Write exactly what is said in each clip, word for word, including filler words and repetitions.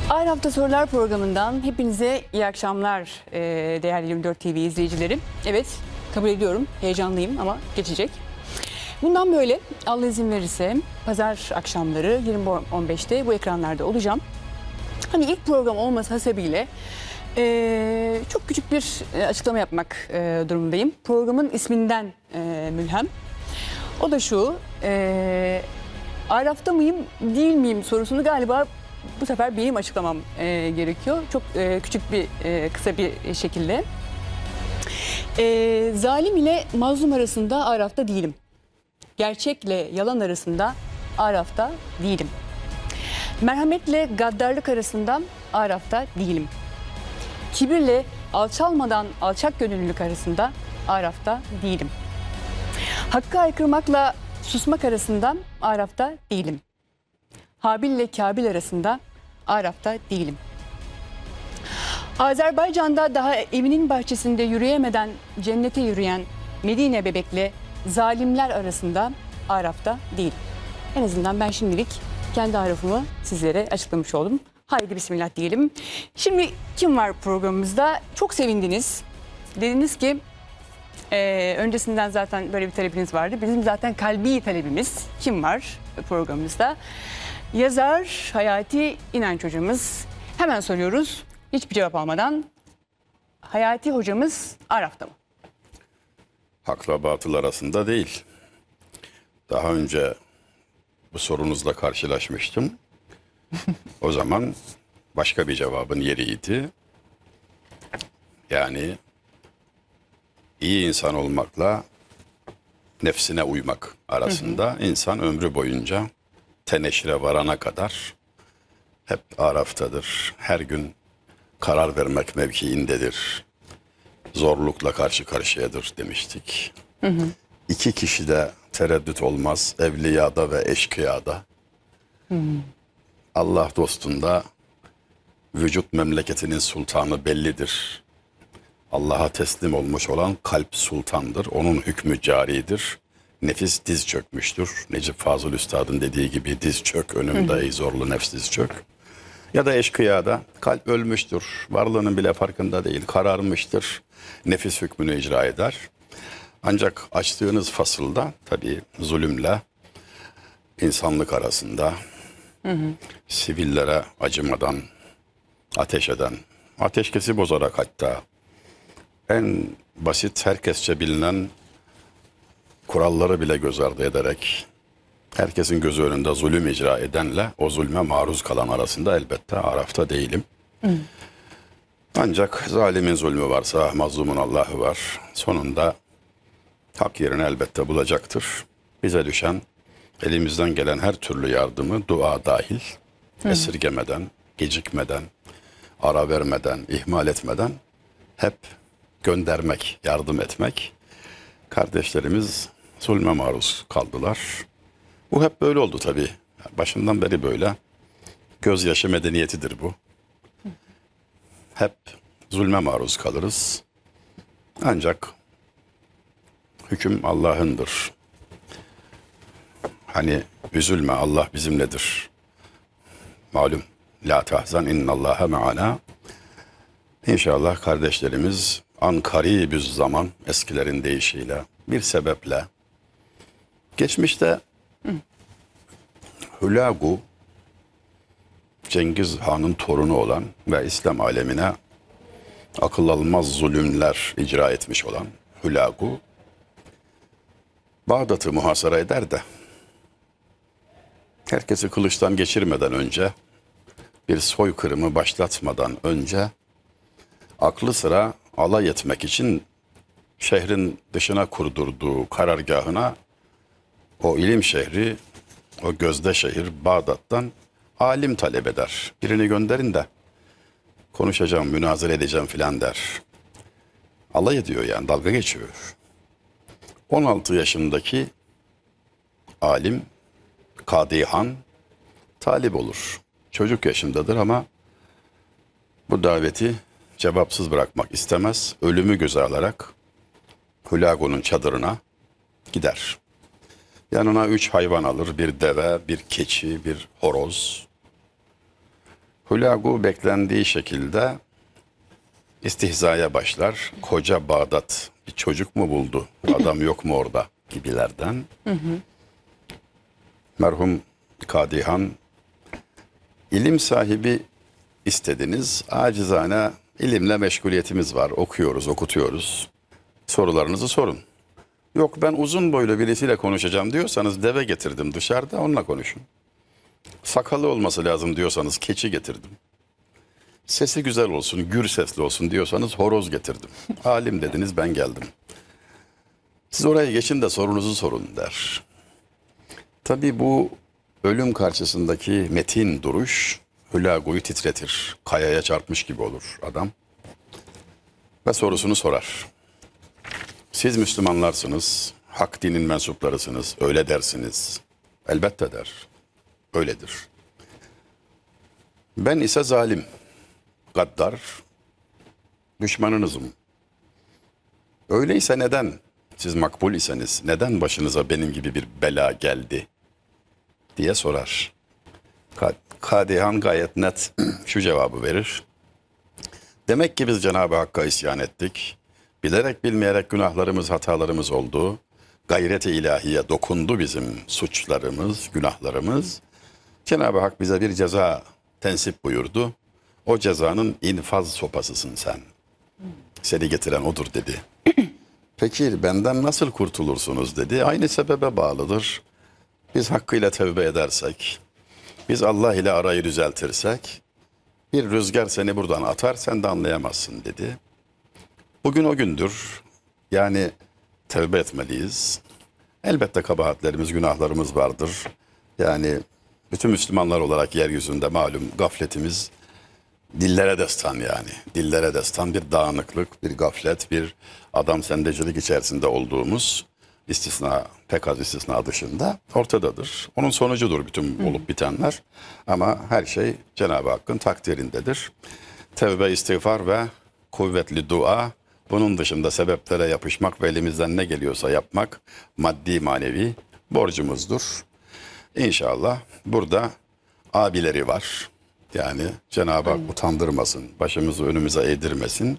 Aynı Hafta Sorular programından hepinize iyi akşamlar e, değerli yirmi dört T V izleyicileri. Evet, kabul ediyorum, heyecanlıyım ama geçecek. Bundan böyle Allah izin verirse pazar akşamları yirmi on beşte bu ekranlarda olacağım. Hani ilk program olması hasebiyle e, çok küçük bir açıklama yapmak e, durumundayım. Programın isminden e, mülhem. O da şu, e, Araf'ta mıyım değil miyim sorusunu galiba bu sefer benim açıklamam e, gerekiyor. Çok e, küçük bir, e, kısa bir şekilde. E, zalim ile mazlum arasında Araf'ta değilim. Gerçekle yalan arasında Araf'ta değilim. Merhametle gaddarlık arasında Araf'ta değilim. Kibirle alçalmadan alçak gönüllülük arasında Araf'ta değilim. Hakkı aykırmakla susmak arasında Araf'ta değilim. Habil ile Kabil arasında Araf'ta değilim. Azerbaycan'da daha evinin bahçesinde yürüyemeden cennete yürüyen Medine bebekle zalimler arasında Araf'ta değilim. En azından ben şimdilik kendi Araf'ımı sizlere açıklamış oldum. Haydi bismillah diyelim. Şimdi kim var programımızda? Çok sevindiniz. Dediniz ki e, öncesinden zaten böyle bir talebiniz vardı. Bizim zaten kalbi talebimiz. Kim var programımızda? Yazar Hayati İnanç hocamız. Hemen soruyoruz. Hiçbir cevap almadan. Hayati hocamız Araf'ta mı? Hakla batıl arasında değil. Daha önce bu sorunuzla karşılaşmıştım. O zaman başka bir cevabın yeriydi. Yani iyi insan olmakla nefsine uymak arasında hı hı. insan ömrü boyunca teneşire varana kadar hep Araf'tadır. Her gün karar vermek mevkiindedir. Zorlukla karşı karşıyadır demiştik. Hı hı. İki kişide tereddüt olmaz, evliyada ve eşkıyada. Hı hı. Allah dostunda vücut memleketinin sultanı bellidir. Allah'a teslim olmuş olan kalp sultandır. Onun hükmü caridir. Nefis diz çökmüştür. Necip Fazıl Üstad'ın dediği gibi diz çök önümde ey zorlu nefs diz çök. Ya da eşkıyada kalp ölmüştür. Varlığının bile farkında değil. Kararmıştır. Nefis hükmünü icra eder. Ancak açtığınız fasılda tabii zulümle insanlık arasında hı hı. sivillere acımadan ateş eden, ateşkesi bozarak hatta en basit herkesçe bilinen kuralları bile göz ardı ederek herkesin gözü önünde zulüm icra edenle o zulme maruz kalan arasında elbette Araf'ta değilim. Hı. Ancak zalimin zulmü varsa mazlumun Allah'ı var. Sonunda hak yerini elbette bulacaktır. Bize düşen elimizden gelen her türlü yardımı dua dahil Hı. esirgemeden, gecikmeden, ara vermeden, ihmal etmeden hep göndermek, yardım etmek. Kardeşlerimiz zulme maruz kaldılar. Bu hep böyle oldu tabii. Başından beri böyle. Gözyaşı medeniyetidir bu. Hep zulme maruz kalırız. Ancak hüküm Allah'ındır. Hani üzülme Allah bizimledir. Malum la tahzan innallaha me'ana. İnşallah kardeşlerimiz an karibüz zaman eskilerin deyişiyle bir sebeple geçmişte Hı. Hülagu Cengiz Han'ın torunu olan ve İslam alemine akıl almaz zulümler icra etmiş olan Hülagu Bağdat'ı muhasara eder de herkesi kılıçtan geçirmeden önce bir soykırımı başlatmadan önce aklı sıra alay etmek için şehrin dışına kurdurduğu karargahına o ilim şehri, o gözde şehir Bağdat'tan alim talep eder. Birini gönderin de konuşacağım, münazara edeceğim filan der. Alay ediyor yani, dalga geçiyor. on altı yaşındaki alim, Kadihan, talip olur. Çocuk yaşındadır ama bu daveti cevapsız bırakmak istemez. Ölümü göze alarak Hülagu'nun çadırına gider. Yanına üç hayvan alır. Bir deve, bir keçi, bir horoz. Hulagu beklendiği şekilde istihzaya başlar. Koca Bağdat bir çocuk mu buldu? Adam yok mu orada? Gibilerden. Hı hı. Merhum Kadihan, ilim sahibi istediniz. Acizane ilimle meşguliyetimiz var. Okuyoruz, okutuyoruz. Sorularınızı sorun. Yok ben uzun boylu birisiyle konuşacağım diyorsanız deve getirdim dışarıda, onunla konuşun. Sakalı olması lazım diyorsanız keçi getirdim. Sesi güzel olsun, gür sesli olsun diyorsanız horoz getirdim. Alim dediniz, ben geldim. Siz oraya geçin de sorunuzu sorun der. Tabii bu ölüm karşısındaki metin duruş Hulagu'yu titretir. Kayaya çarpmış gibi olur adam. Ve sorusunu sorar. Siz Müslümanlarsınız, hak dinin mensuplarısınız, öyle dersiniz. Elbette der. Öyledir. Ben ise zalim, gaddar, düşmanınızım. Öyleyse neden, siz makbul iseniz, neden başınıza benim gibi bir bela geldi diye sorar. Kadihan gayet net şu cevabı verir. Demek ki biz Cenab-ı Hakk'a isyan ettik. Bilerek bilmeyerek günahlarımız, hatalarımız oldu. Gayret-i ilahiye dokundu bizim suçlarımız, günahlarımız. Cenab-ı Hak bize bir ceza tensip buyurdu. O cezanın infaz sopasısın sen. Seni getiren odur dedi. Peki benden nasıl kurtulursunuz dedi. Aynı sebebe bağlıdır. Biz hakkıyla tevbe edersek, biz Allah ile arayı düzeltirsek, bir rüzgar seni buradan atar, sen de anlayamazsın dedi. Bugün o gündür. Yani tevbe etmeliyiz. Elbette kabahatlerimiz, günahlarımız vardır. Yani bütün Müslümanlar olarak yeryüzünde malum gafletimiz dillere destan yani. Dillere destan bir dağınıklık, bir gaflet, bir adam sendecilik içerisinde olduğumuz istisna, pek az istisna dışında ortadadır. Onun sonucudur bütün olup bitenler. Ama her şey Cenab-ı Hakk'ın takdirindedir. Tevbe, istiğfar ve kuvvetli dua, bunun dışında sebeplere yapışmak ve elimizden ne geliyorsa yapmak maddi manevi borcumuzdur. İnşallah burada abileri var. Yani Cenab-ı Hak utandırmasın, başımızı önümüze eğdirmesin.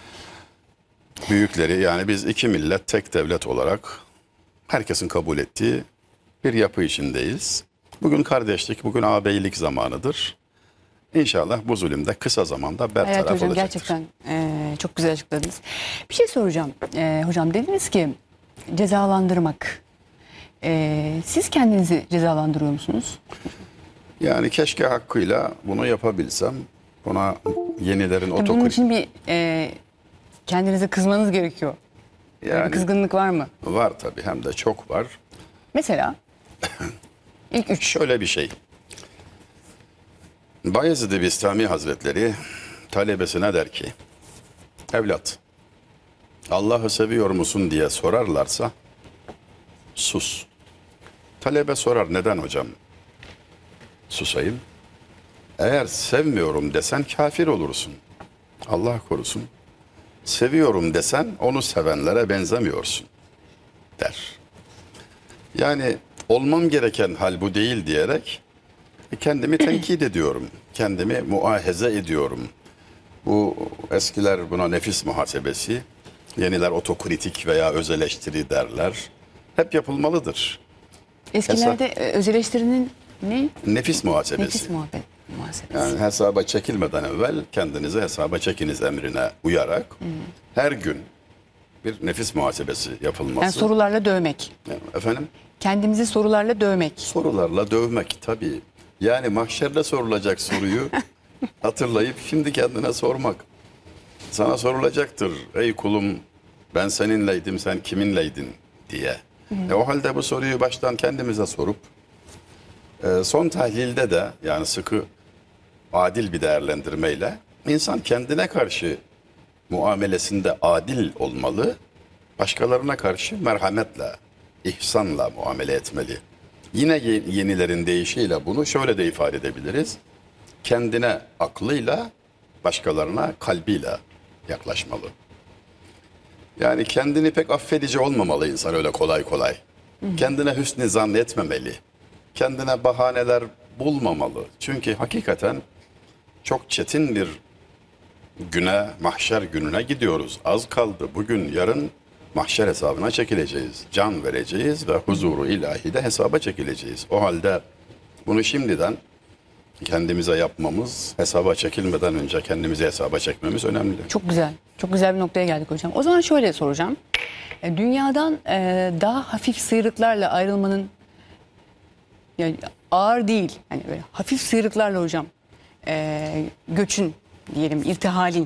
Büyükleri, yani biz iki millet tek devlet olarak herkesin kabul ettiği bir yapı içindeyiz. Bugün kardeşlik, bugün ağabeylik zamanıdır. İnşallah bu zulüm de kısa zamanda bertaraf Evet hocam, olacaktır. gerçekten e, çok güzel açıkladınız. Bir şey soracağım. E, hocam dediniz ki cezalandırmak. E, siz kendinizi cezalandırıyor musunuz? Yani keşke hakkıyla bunu yapabilsem. Buna yenilerin Bunun otokritik... için bir e, kendinize kızmanız gerekiyor. Yani Yani bir kızgınlık var mı? var tabii, hem de çok var. Mesela ilk üç. Şöyle bir şey. Bayezid-i Bistami Hazretleri talebesine der ki, evlat, Allah'ı seviyor musun diye sorarlarsa sus. Talebe sorar, neden hocam susayım? Eğer sevmiyorum desen kafir olursun. Allah korusun. Seviyorum desen onu sevenlere benzemiyorsun der. Yani olmam gereken hal bu değil diyerek kendimi tenkit ediyorum. Kendimi muahaze ediyorum. Bu eskiler buna nefis muhasebesi, yeniler otokritik veya öz eleştiri derler. Hep yapılmalıdır. Eskilerde e, öz eleştirinin ne? Nefis muhasebesi. Nefis muhabbet, muhasebesi. Yani hesaba çekilmeden evvel kendinizi hesaba çekiniz emrine uyarak hmm. her gün bir nefis muhasebesi yapılması. Yani sorularla dövmek. Yani efendim? Kendimizi sorularla dövmek. Sorularla dövmek tabii. Yani mahşerde sorulacak soruyu hatırlayıp şimdi kendine sormak. Sana sorulacaktır. Ey kulum, ben seninleydim, sen kiminleydin diye. Hmm. E, o halde bu soruyu baştan kendimize sorup e, son tahlilde de, yani sıkı adil bir değerlendirmeyle insan kendine karşı muamelesinde adil olmalı, başkalarına karşı merhametle, ihsanla muamele etmeli. Yine yenilerin deyişiyle bunu şöyle de ifade edebiliriz. Kendine aklıyla, başkalarına kalbiyle yaklaşmalı. Yani kendini pek affedici olmamalı insan öyle kolay kolay. Hı hı. Kendine hüsnü zannetmemeli. Kendine bahaneler bulmamalı. Çünkü hakikaten çok çetin bir güne, mahşer gününe gidiyoruz. Az kaldı. Bugün, yarın mahşer hesabına çekileceğiz. Can vereceğiz ve huzuru ilahide hesaba çekileceğiz. O halde bunu şimdiden kendimize yapmamız, hesaba çekilmeden önce kendimizi hesaba çekmemiz önemli. Çok güzel. Çok güzel bir noktaya geldik hocam. O zaman şöyle soracağım. E, Dünyadan e, daha hafif sıyrıklarla ayrılmanın, yani ağır değil, hani böyle hafif sıyrıklarla hocam e, göçün diyelim, irtihalin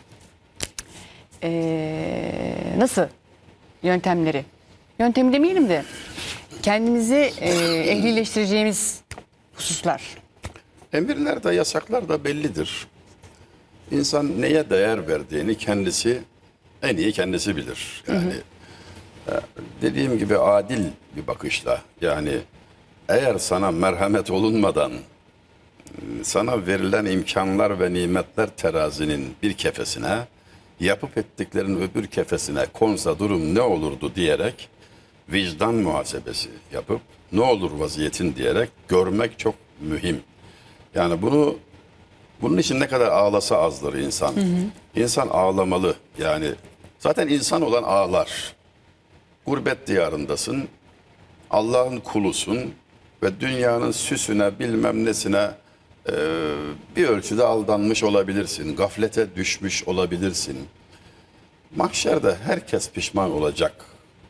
e, nasıl yöntemleri? Yöntemi demeyelim de kendimizi e, ehlileştireceğimiz hususlar. Emirler de yasaklar da bellidir. İnsan neye değer verdiğini kendisi en iyi kendisi bilir. Yani hı hı. dediğim gibi adil bir bakışla, yani eğer sana merhamet olunmadan sana verilen imkanlar ve nimetler terazinin bir kefesine, yapıp ettiklerin öbür kefesine konsa durum ne olurdu diyerek vicdan muhasebesi yapıp ne olur vaziyetin diyerek görmek çok mühim. Yani bunu bunun için ne kadar ağlasa azdır insan. Hı hı. İnsan ağlamalı. Yani zaten insan olan ağlar. Gurbet diyarındasın. Allah'ın kulusun ve dünyanın süsüne bilmem nesine e, bir ölçüde aldanmış olabilirsin. Gaflete düşmüş olabilirsin. Mahşerde herkes pişman olacak.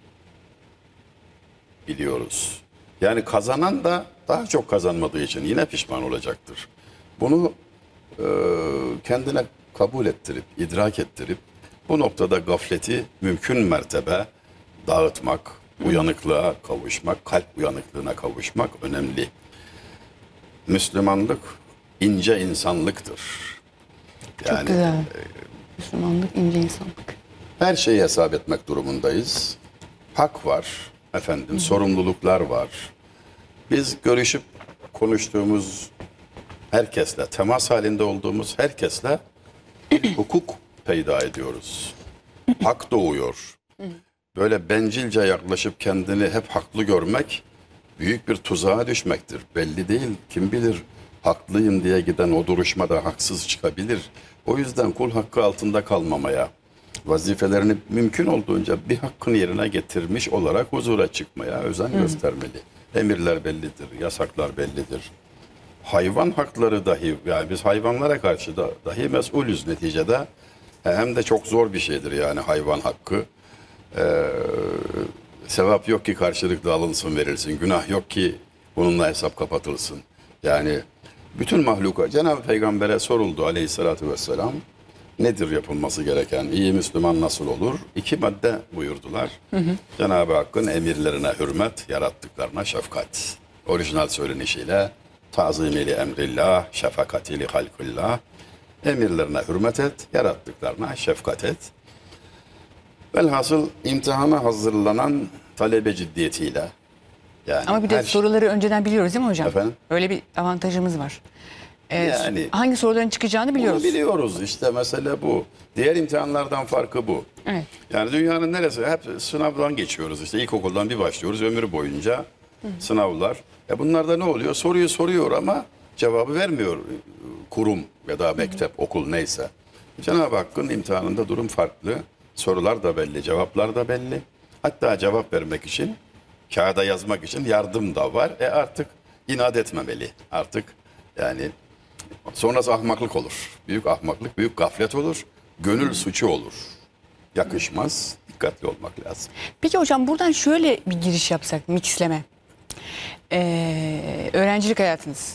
Biliyoruz. Yani kazanan da daha çok kazanmadığı için yine pişman olacaktır. Bunu e, kendine kabul ettirip, idrak ettirip bu noktada gafleti mümkün mertebe dağıtmak, uyanıklığa kavuşmak, kalp uyanıklığına kavuşmak önemli. Müslümanlık ince insanlıktır. Yani, çok güzel. E, Müslümanlık ince insanlık. Her şeyi hesap etmek durumundayız. Hak var, efendim, hı hı. sorumluluklar var. Biz görüşüp konuştuğumuz herkesle, temas halinde olduğumuz herkesle bir hukuk peyda ediyoruz. Hak doğuyor. Böyle bencilce yaklaşıp kendini hep haklı görmek büyük bir tuzağa düşmektir. Belli değil, kim bilir haklıyım diye giden o duruşmada haksız çıkabilir. O yüzden kul hakkı altında kalmamaya, vazifelerini mümkün olduğunca bir hakkın yerine getirmiş olarak huzura çıkmaya özen Hı. göstermeli. Emirler bellidir, yasaklar bellidir. Hayvan hakları dahi, yani biz hayvanlara karşı da dahi mesulüz neticede. Hem de çok zor bir şeydir yani hayvan hakkı. Ee, sevap yok ki karşılıklı alınsın verilsin. Günah yok ki bununla hesap kapatılsın. Yani bütün mahluka, Cenab-ı Peygamber'e soruldu aleyhissalatü vesselam. Nedir yapılması gereken? İyi Müslüman nasıl olur? İki madde buyurdular. Hı hı. Cenab-ı Hakk'ın emirlerine hürmet, yarattıklarına şefkat. Orijinal söylenişiyle tazimili emrillah, şefakatili halkullah. Emirlerine hürmet et, yarattıklarına şefkat et. Velhasıl imtihana hazırlanan talebe ciddiyetiyle. Yani ama bir de soruları şey... önceden biliyoruz değil mi hocam? Efendim? Öyle bir avantajımız var. Ee, yani hangi soruların çıkacağını biliyoruz. Bunu biliyoruz işte, mesele bu. Diğer imtihanlardan farkı bu. Evet. Yani dünyanın neresi? Hep sınavdan geçiyoruz işte. İlkokuldan bir başlıyoruz ömür boyunca. Hı. Sınavlar. E bunlarda ne oluyor? Soruyu soruyor ama cevabı vermiyor kurum ya da mektep, Hı. okul neyse. Cenab-ı Hakk'ın imtihanında durum farklı. Sorular da belli, cevaplar da belli. Hatta cevap vermek için, kağıda yazmak için yardım da var. E artık inat etmemeli. Artık yani sonrası ahmaklık olur. Büyük ahmaklık, büyük gaflet olur. Gönül suçu olur. Yakışmaz. Dikkatli olmak lazım. Peki hocam buradan şöyle bir giriş yapsak, mixleme. Ee, öğrencilik hayatınız.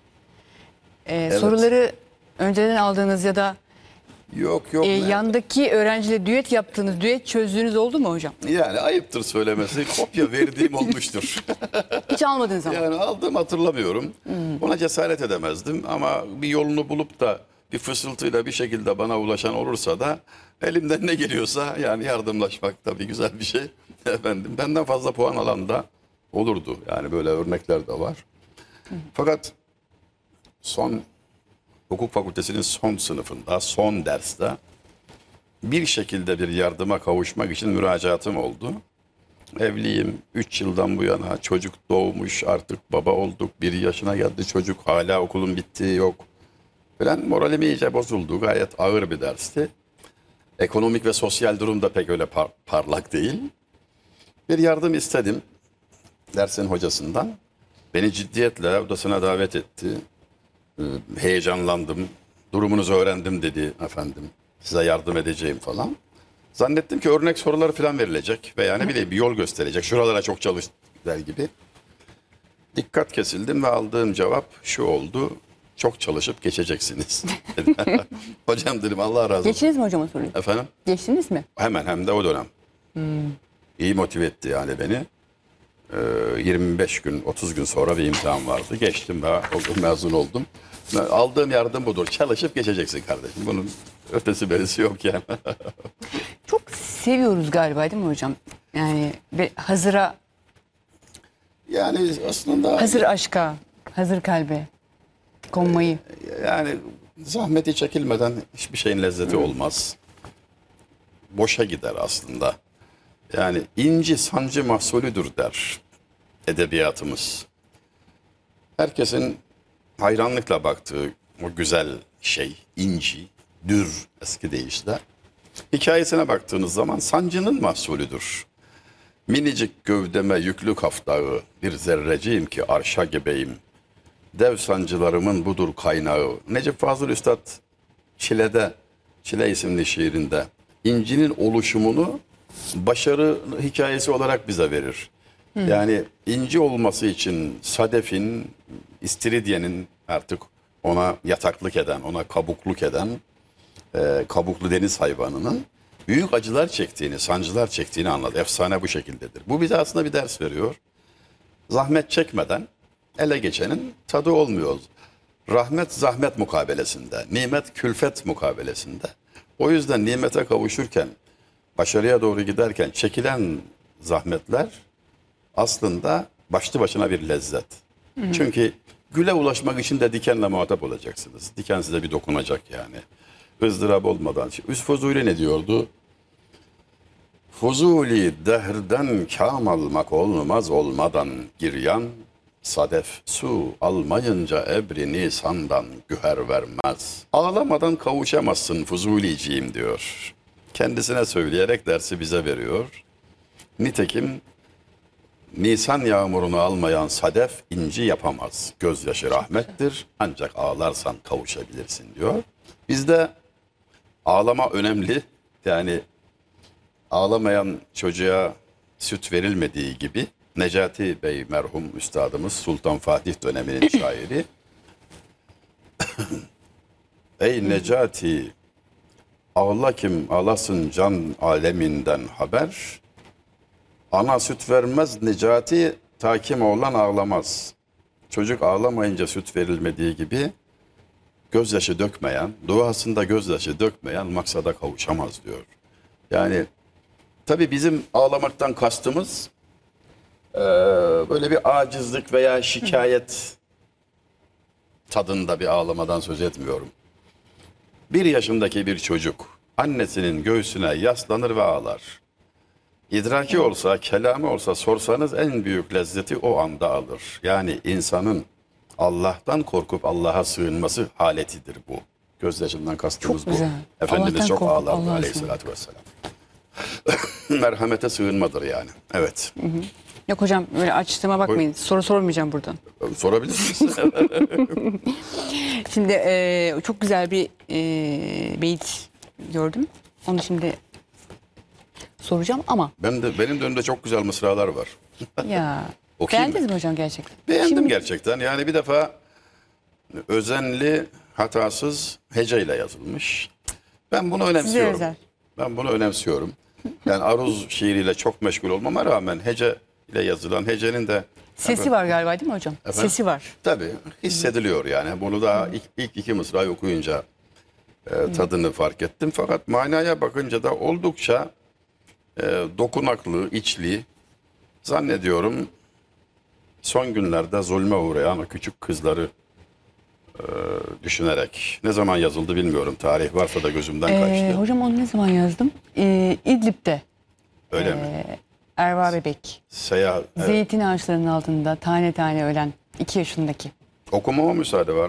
Ee, evet. Soruları önceden aldığınız ya da Yok yok. E, yandaki öğrenciyle düet yaptığınız, düet çözdüğünüz oldu mu hocam? Yani ayıptır söylemesi. Kopya verdiğim olmuştur. Hiç almadınız ama. Yani aldım hatırlamıyorum. Hmm. Ona cesaret edemezdim ama bir yolunu bulup da bir fısıltıyla bir şekilde bana ulaşan olursa da elimden ne geliyorsa yani yardımlaşmak tabii güzel bir şey. Efendim benden fazla puan alan da olurdu. Yani böyle örnekler de var. Hmm. Fakat son hukuk fakültesinin son sınıfında, son derste bir şekilde bir yardıma kavuşmak için müracaatım oldu. Evliyim, üç yıldan bu yana çocuk doğmuş, artık baba olduk, bir yaşına geldi çocuk, hala okulun bittiği yok. falan. Moralim iyice bozuldu. Gayet ağır bir dersti. Ekonomik ve sosyal durum da pek öyle par- parlak değil. Bir yardım istedim dersin hocasından. Beni ciddiyetle odasına davet etti. Ee, heyecanlandım. Durumunuzu öğrendim dedi efendim. Size yardım edeceğim falan. Zannettim ki örnek soruları falan verilecek veya ne bileyim bir yol gösterecek. Şuralara çok çalış der gibi. Dikkat kesildim ve aldığım cevap şu oldu. Çok çalışıp geçeceksiniz. Hocam dedim Allah razı olsun. Geçtiniz mi hocam o soruyu? Efendim? Geçtiniz mi? Hemen hem de o dönem. Hmm. İyi motive etti yani beni. Ee, yirmi beş gün, otuz gün sonra bir imtihan vardı. Geçtim ve mezun oldum. Aldığım yardım budur. Çalışıp geçeceksin kardeşim. Bunun ötesi berisi yok yani. Çok seviyoruz galiba değil mi hocam? Yani ve hazıra, Yani aslında hazır aşka, hazır kalbe konmayı. yani zahmeti çekilmeden hiçbir şeyin lezzeti olmaz. Boşa gider aslında. Yani inci sancı mahsulüdür der edebiyatımız. Herkesin hayranlıkla baktığı o güzel şey, inci, dür eski deyişle. Hikayesine baktığınız zaman sancının mahsulüdür. Minicik gövdeme yüklü kaftağı, bir zerreciyim ki arşa gebeyim. Dev sancılarımın budur kaynağı. Necip Fazıl Üstad Çile'de, Çile isimli şiirinde incinin oluşumunu başarı hikayesi olarak bize verir. Hmm. Yani inci olması için sadefin, istiridyenin artık ona yataklık eden, ona kabukluk eden e, kabuklu deniz hayvanının büyük acılar çektiğini, sancılar çektiğini anladı. Efsane bu şekildedir. Bu bize aslında bir ders veriyor. Zahmet çekmeden ele geçenin tadı olmuyor. Rahmet zahmet mukabelesinde, nimet külfet mukabelesinde. O yüzden nimete kavuşurken, başarıya doğru giderken çekilen zahmetler aslında başlı başına bir lezzet. Hı hı. Çünkü güle ulaşmak için de dikenle muhatap olacaksınız. Diken size bir dokunacak yani. ızdırap olmadan. Üst Fuzuli ne diyordu? Fuzuli dehrden kâm almak olmaz olmadan giryan, sadef su almayınca ebri nisandan güher vermez. Ağlamadan kavuşamazsın Fuzuliciğim diyor. Kendisine söyleyerek dersi bize veriyor. Nitekim Nisan yağmurunu almayan sadef inci yapamaz. Gözyaşı rahmettir ancak ağlarsan kavuşabilirsin diyor. Bizde ağlama önemli. Yani ağlamayan çocuğa süt verilmediği gibi Necati Bey merhum üstadımız Sultan Fatih döneminin şairi. Ey Necati ağla kim ağlasın can aleminden haber. Ana süt vermez Necati takim oğlan ağlamaz. Çocuk ağlamayınca süt verilmediği gibi gözyaşı dökmeyen, duasında gözyaşı dökmeyen maksada kavuşamaz diyor. Yani tabii bizim ağlamaktan kastımız e, böyle bir acizlik veya şikayet tadında bir ağlamadan söz etmiyorum. Bir yaşındaki bir çocuk annesinin göğsüne yaslanır ve ağlar. İdraki olsa, kelamı olsa sorsanız en büyük lezzeti o anda alır. Yani insanın Allah'tan korkup Allah'a sığınması haletidir bu. Gözyaşından kastımız çok bu. Güzel. Efendimiz Allah'tan çok korkup ağlardı Allah'a aleyhissalatü vesselam. Merhamete sığınmadır yani. Evet. Hı hı. Yok hocam öyle açtığıma bakmayın. Buyur. Soru sormayacağım buradan. Sorabilirsiniz. Şimdi e, çok güzel bir e, beyit gördüm. Onu şimdi soracağım ama. Ben de, benim de önümde çok güzel mısralar var. Ya. Beğendiniz mi hocam gerçekten? Beğendim şimdi... gerçekten. Yani bir defa özenli, hatasız heceyle yazılmış. Ben bunu önemsiyorum. Ben bunu önemsiyorum. Yani aruz şiiriyle çok meşgul olmama rağmen hece ile yazılan hecenin de... Sesi var galiba değil mi hocam? Efendim? Sesi var. Tabii hissediliyor yani. Bunu daha ilk, ilk iki mısrayı okuyunca e, tadını fark ettim. Fakat manaya bakınca da oldukça e, dokunaklı, içli. Zannediyorum son günlerde zulme uğrayan küçük kızları e, düşünerek. Ne zaman yazıldı bilmiyorum. Tarih varsa da gözümden ee, kaçtı. Hocam onu ne zaman yazdım? Ee, İdlib'de. Öyle ee, mi? Erva Bebek. Seyahat, evet. Zeytin ağaçlarının altında tane tane ölen iki yaşındaki. Okumama müsaade var mı?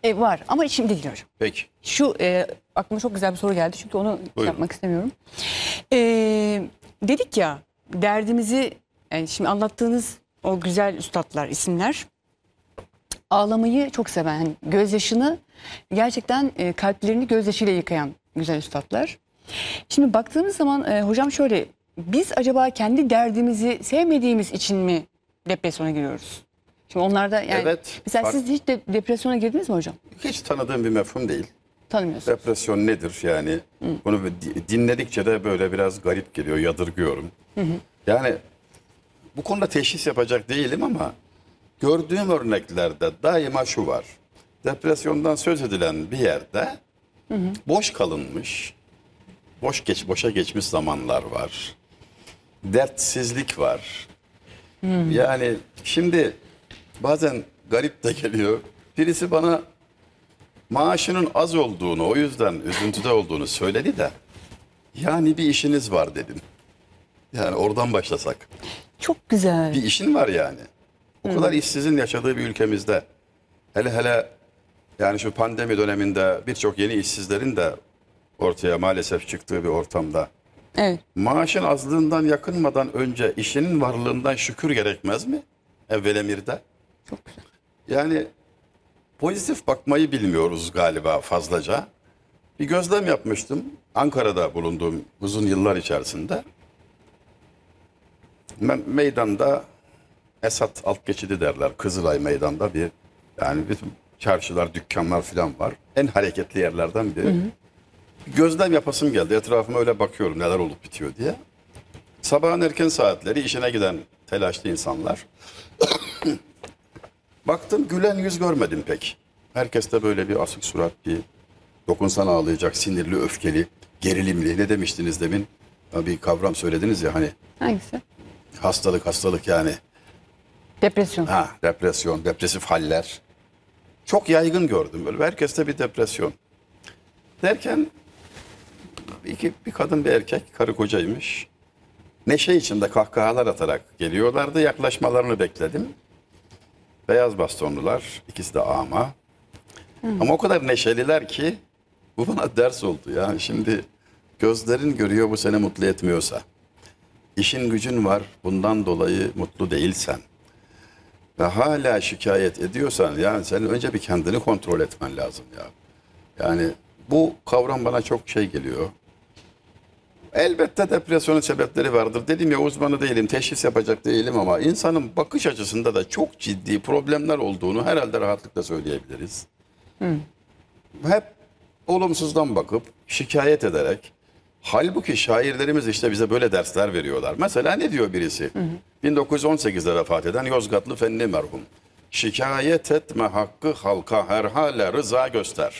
E, var ama şimdi değil hocam. Peki. Şu e, aklıma çok güzel bir soru geldi çünkü onu Buyurun. yapmak istemiyorum. E, dedik ya derdimizi yani şimdi anlattığınız o güzel üstadlar, isimler ağlamayı çok seven, hani gözyaşını gerçekten e, kalplerini gözyaşıyla yıkayan güzel üstadlar. Şimdi baktığımız zaman e, hocam şöyle, biz acaba kendi derdimizi sevmediğimiz için mi depresyona giriyoruz? Şimdi onlarda yani Evet, mesela fark- siz hiç de depresyona girdiniz mi hocam? Hiç tanıdığım bir mefhum değil. Tanımıyorsunuz. Depresyon nedir yani? Bunu di- dinledikçe de böyle biraz garip geliyor, yadırgıyorum. Yani bu konuda teşhis yapacak değilim ama gördüğüm örneklerde daima şu var. Depresyondan söz edilen bir yerde boş kalınmış, boş geç boşa geçmiş zamanlar var. Dertsizlik var. Yani şimdi bazen garip de geliyor. Birisi bana maaşının az olduğunu, o yüzden üzüntüde olduğunu söyledi de yani bir işiniz var dedim. Yani oradan başlasak. Çok güzel. Bir işin var yani. O kadar işsizin yaşadığı bir ülkemizde hele hele yani şu pandemi döneminde birçok yeni işsizlerin de ortaya maalesef çıktığı bir ortamda Evet. maaşın azlığından yakınmadan önce işinin varlığından şükür gerekmez mi? Evvel emirde. Çok güzel. Yani pozitif bakmayı bilmiyoruz galiba fazlaca. Bir gözlem yapmıştım. Ankara'da bulunduğum uzun yıllar içerisinde. Me- meydanda Esat alt geçidi derler. Kızılay meydanda bir yani bütün çarşılar, dükkanlar falan var. En hareketli yerlerden biri. Bir gözlem yapasım geldi. Etrafıma öyle bakıyorum neler olup bitiyor diye. Sabahın erken saatleri işine giden telaşlı insanlar. Baktım gülen yüz görmedim pek. Herkeste böyle bir asık surat, bir dokunsan ağlayacak, sinirli, öfkeli, gerilimli. Ne demiştiniz demin? Bir kavram söylediniz ya hani Hangisi? hastalık hastalık yani. Depresyon. Ha, depresyon, depresif haller. Çok yaygın gördüm böyle. Herkeste bir depresyon. Derken iki, bir kadın bir erkek, karı kocaymış. Neşe içinde kahkahalar atarak geliyorlardı. Yaklaşmalarını bekledim. Beyaz bastonlular, ikisi de ama. Ama o kadar neşeliler ki bu bana ders oldu. Yani şimdi gözlerin görüyor bu seni mutlu etmiyorsa. İşin gücün var bundan dolayı mutlu değilsen. Ve hala şikayet ediyorsan yani senin önce bir kendini kontrol etmen lazım ya. Yani bu kavram bana çok şey geliyor. Elbette depresyonun sebepleri vardır. Dedim ya uzmanı değilim, teşhis yapacak değilim ama insanın bakış açısında da çok ciddi problemler olduğunu herhalde rahatlıkla söyleyebiliriz. Hı. Hep olumsuzdan bakıp şikayet ederek, halbuki şairlerimiz işte bize böyle dersler veriyorlar. Mesela ne diyor birisi? Hı hı. bin dokuz yüz on sekizde vefat eden Yozgatlı Fenli merhum. Şikayet etme hakkı halka her hale rıza göster.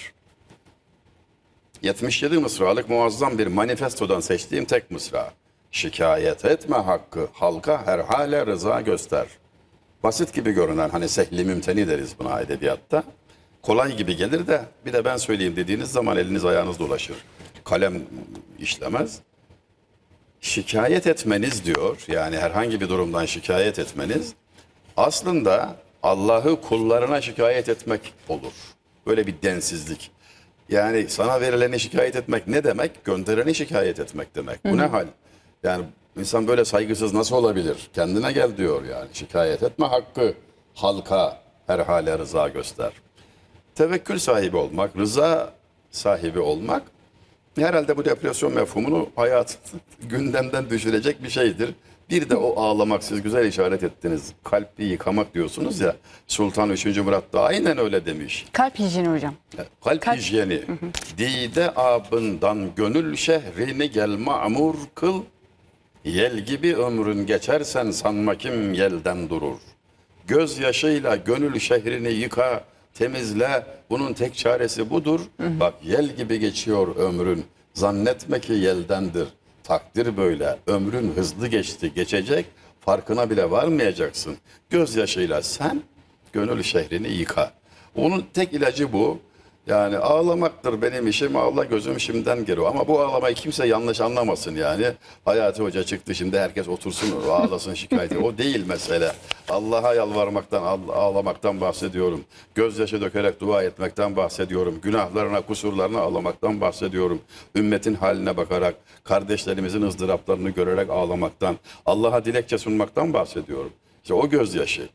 yetmiş yedi mısralık muazzam bir manifestodan seçtiğim tek mısra. Şikayet etme hakkı halka her hale rıza göster. Basit gibi görünen hani sehli mümteni deriz buna edebiyatta. Kolay gibi gelir de bir de ben söyleyeyim dediğiniz zaman eliniz ayağınız dolaşır. Kalem işlemez. Şikayet etmeniz diyor yani herhangi bir durumdan şikayet etmeniz aslında Allah'ı kullarına şikayet etmek olur. Böyle bir densizlik. Yani sana verileni şikayet etmek ne demek? Göndereni şikayet etmek demek. Bu Hı-hı. ne hal? Yani insan böyle saygısız nasıl olabilir? Kendine gel diyor yani. Şikayet etme hakkı halka her hale rıza göster. Tevekkül sahibi olmak, rıza sahibi olmak herhalde bu depresyon mefhumunu hayat gündemden düşürecek bir şeydir. Bir de o ağlamak siz güzel işaret ettiniz. Kalbi yıkamak diyorsunuz ya. Sultan üçüncü Murat da aynen öyle demiş. Kalp hijyeni hocam. Kalp, Kalp hijyeni. Hı hı. Dide abından gönül şehrini gel ma'mur kıl. Yel gibi ömrün geçersen sanma kim yelden durur. Gözyaşıyla gönül şehrini yıka, temizle. Bunun tek çaresi budur. Hı hı. Bak yel gibi geçiyor ömrün. Zannetme ki yeldendir. Takdir böyle. Ömrün hızlı geçti, geçecek. Farkına bile varmayacaksın. Gözyaşıyla sen gönül şehrini yıka. Onun tek ilacı bu. Yani ağlamaktır benim işim, ağla gözüm şimdiden geliyor. Ama bu ağlamayı kimse yanlış anlamasın yani. Hayati Hoca çıktı şimdi herkes otursun ağlasın şikayeti. O değil mesele. Allah'a yalvarmaktan, ağlamaktan bahsediyorum. Gözyaşı dökerek dua etmekten bahsediyorum. Günahlarına, kusurlarına ağlamaktan bahsediyorum. Ümmetin haline bakarak, kardeşlerimizin ızdıraplarını görerek ağlamaktan, Allah'a dilekçe sunmaktan bahsediyorum. İşte o gözyaşı.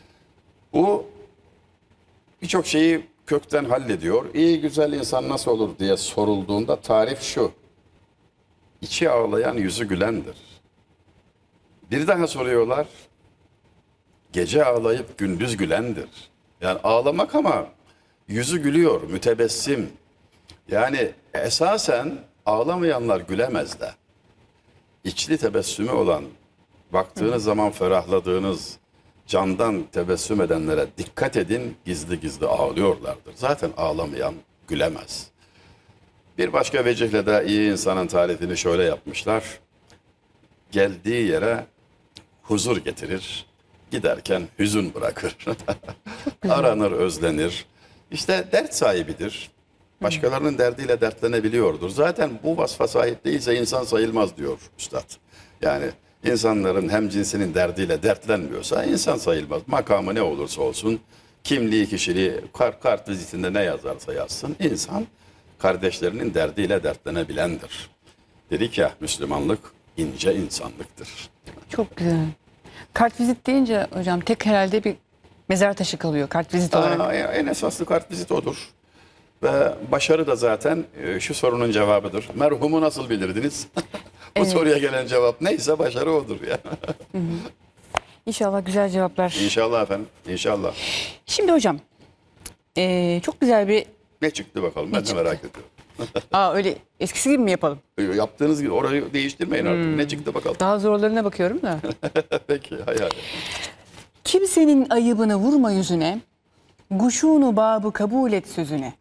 Bu birçok şeyi kökten hallediyor. İyi güzel insan nasıl olur diye sorulduğunda tarif şu: İçi ağlayan yüzü gülendir. Bir daha soruyorlar. Gece ağlayıp gündüz gülendir. Yani ağlamak ama yüzü gülüyor, mütebessim. Yani esasen ağlamayanlar gülemez de. İçli tebessümü olan, baktığınız zaman ferahladığınız, candan tebessüm edenlere dikkat edin, gizli gizli ağlıyorlardır. Zaten ağlamayan gülemez. Bir başka vecihle de iyi insanın tarifini şöyle yapmışlar. Geldiği yere huzur getirir, giderken hüzün bırakır. Aranır, özlenir. İşte dert sahibidir. Başkalarının derdiyle dertlenebiliyordur. Zaten bu vasfa sahip değilse insan sayılmaz diyor üstad. Yani İnsanların hem cinsinin derdiyle dertlenmiyorsa insan sayılmaz. Makamı ne olursa olsun, kimliği, kişiliği, kart, kart vizitinde ne yazarsa yazsın, insan kardeşlerinin derdiyle dertlenebilendir. Dedik ya, Müslümanlık ince insanlıktır. Çok güzel. Kartvizit deyince hocam tek herhalde bir mezar taşı kalıyor kartvizit olarak. Aa, en esaslı kartvizit odur. Ve başarı da zaten şu sorunun cevabıdır. Merhumu nasıl bilirdiniz? Bu evet. Soruya gelen cevap neyse başarı odur ya. Hı hı. İnşallah güzel cevaplar. İnşallah efendim, inşallah. Şimdi hocam, ee, çok güzel bir... Ne çıktı bakalım, ben de merak ediyorum. Aa, öyle eskisi gibi mi yapalım? Yaptığınız gibi orayı değiştirmeyin artık. Hmm. Ne çıktı bakalım. Daha zorlarına bakıyorum da. Peki, hayal. Kimsenin ayıbını vurma yüzüne, guşunu babı kabul et sözüne.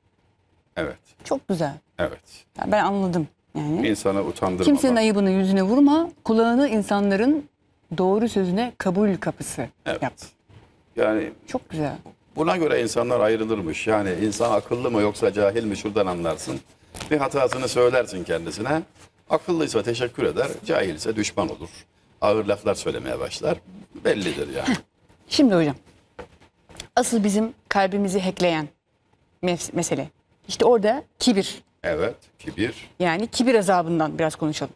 Evet. Çok güzel. Evet. Yani ben anladım. Yani. İnsanı utandırmamak. Kimsenin ayıbını yüzüne vurma, kulağını insanların doğru sözüne kabul kapısı evet. yap. Yani çok güzel. Buna göre insanlar ayrılırmış. Yani insan akıllı mı yoksa cahil mi şuradan anlarsın. Bir hatasını söylersin kendisine. Akıllıysa teşekkür eder, cahilse düşman olur. Ağır laflar söylemeye başlar. Bellidir yani. Şimdi hocam, asıl bizim kalbimizi hackleyen mes mesele. İşte orada kibir. Evet, kibir. Yani kibir azabından biraz konuşalım.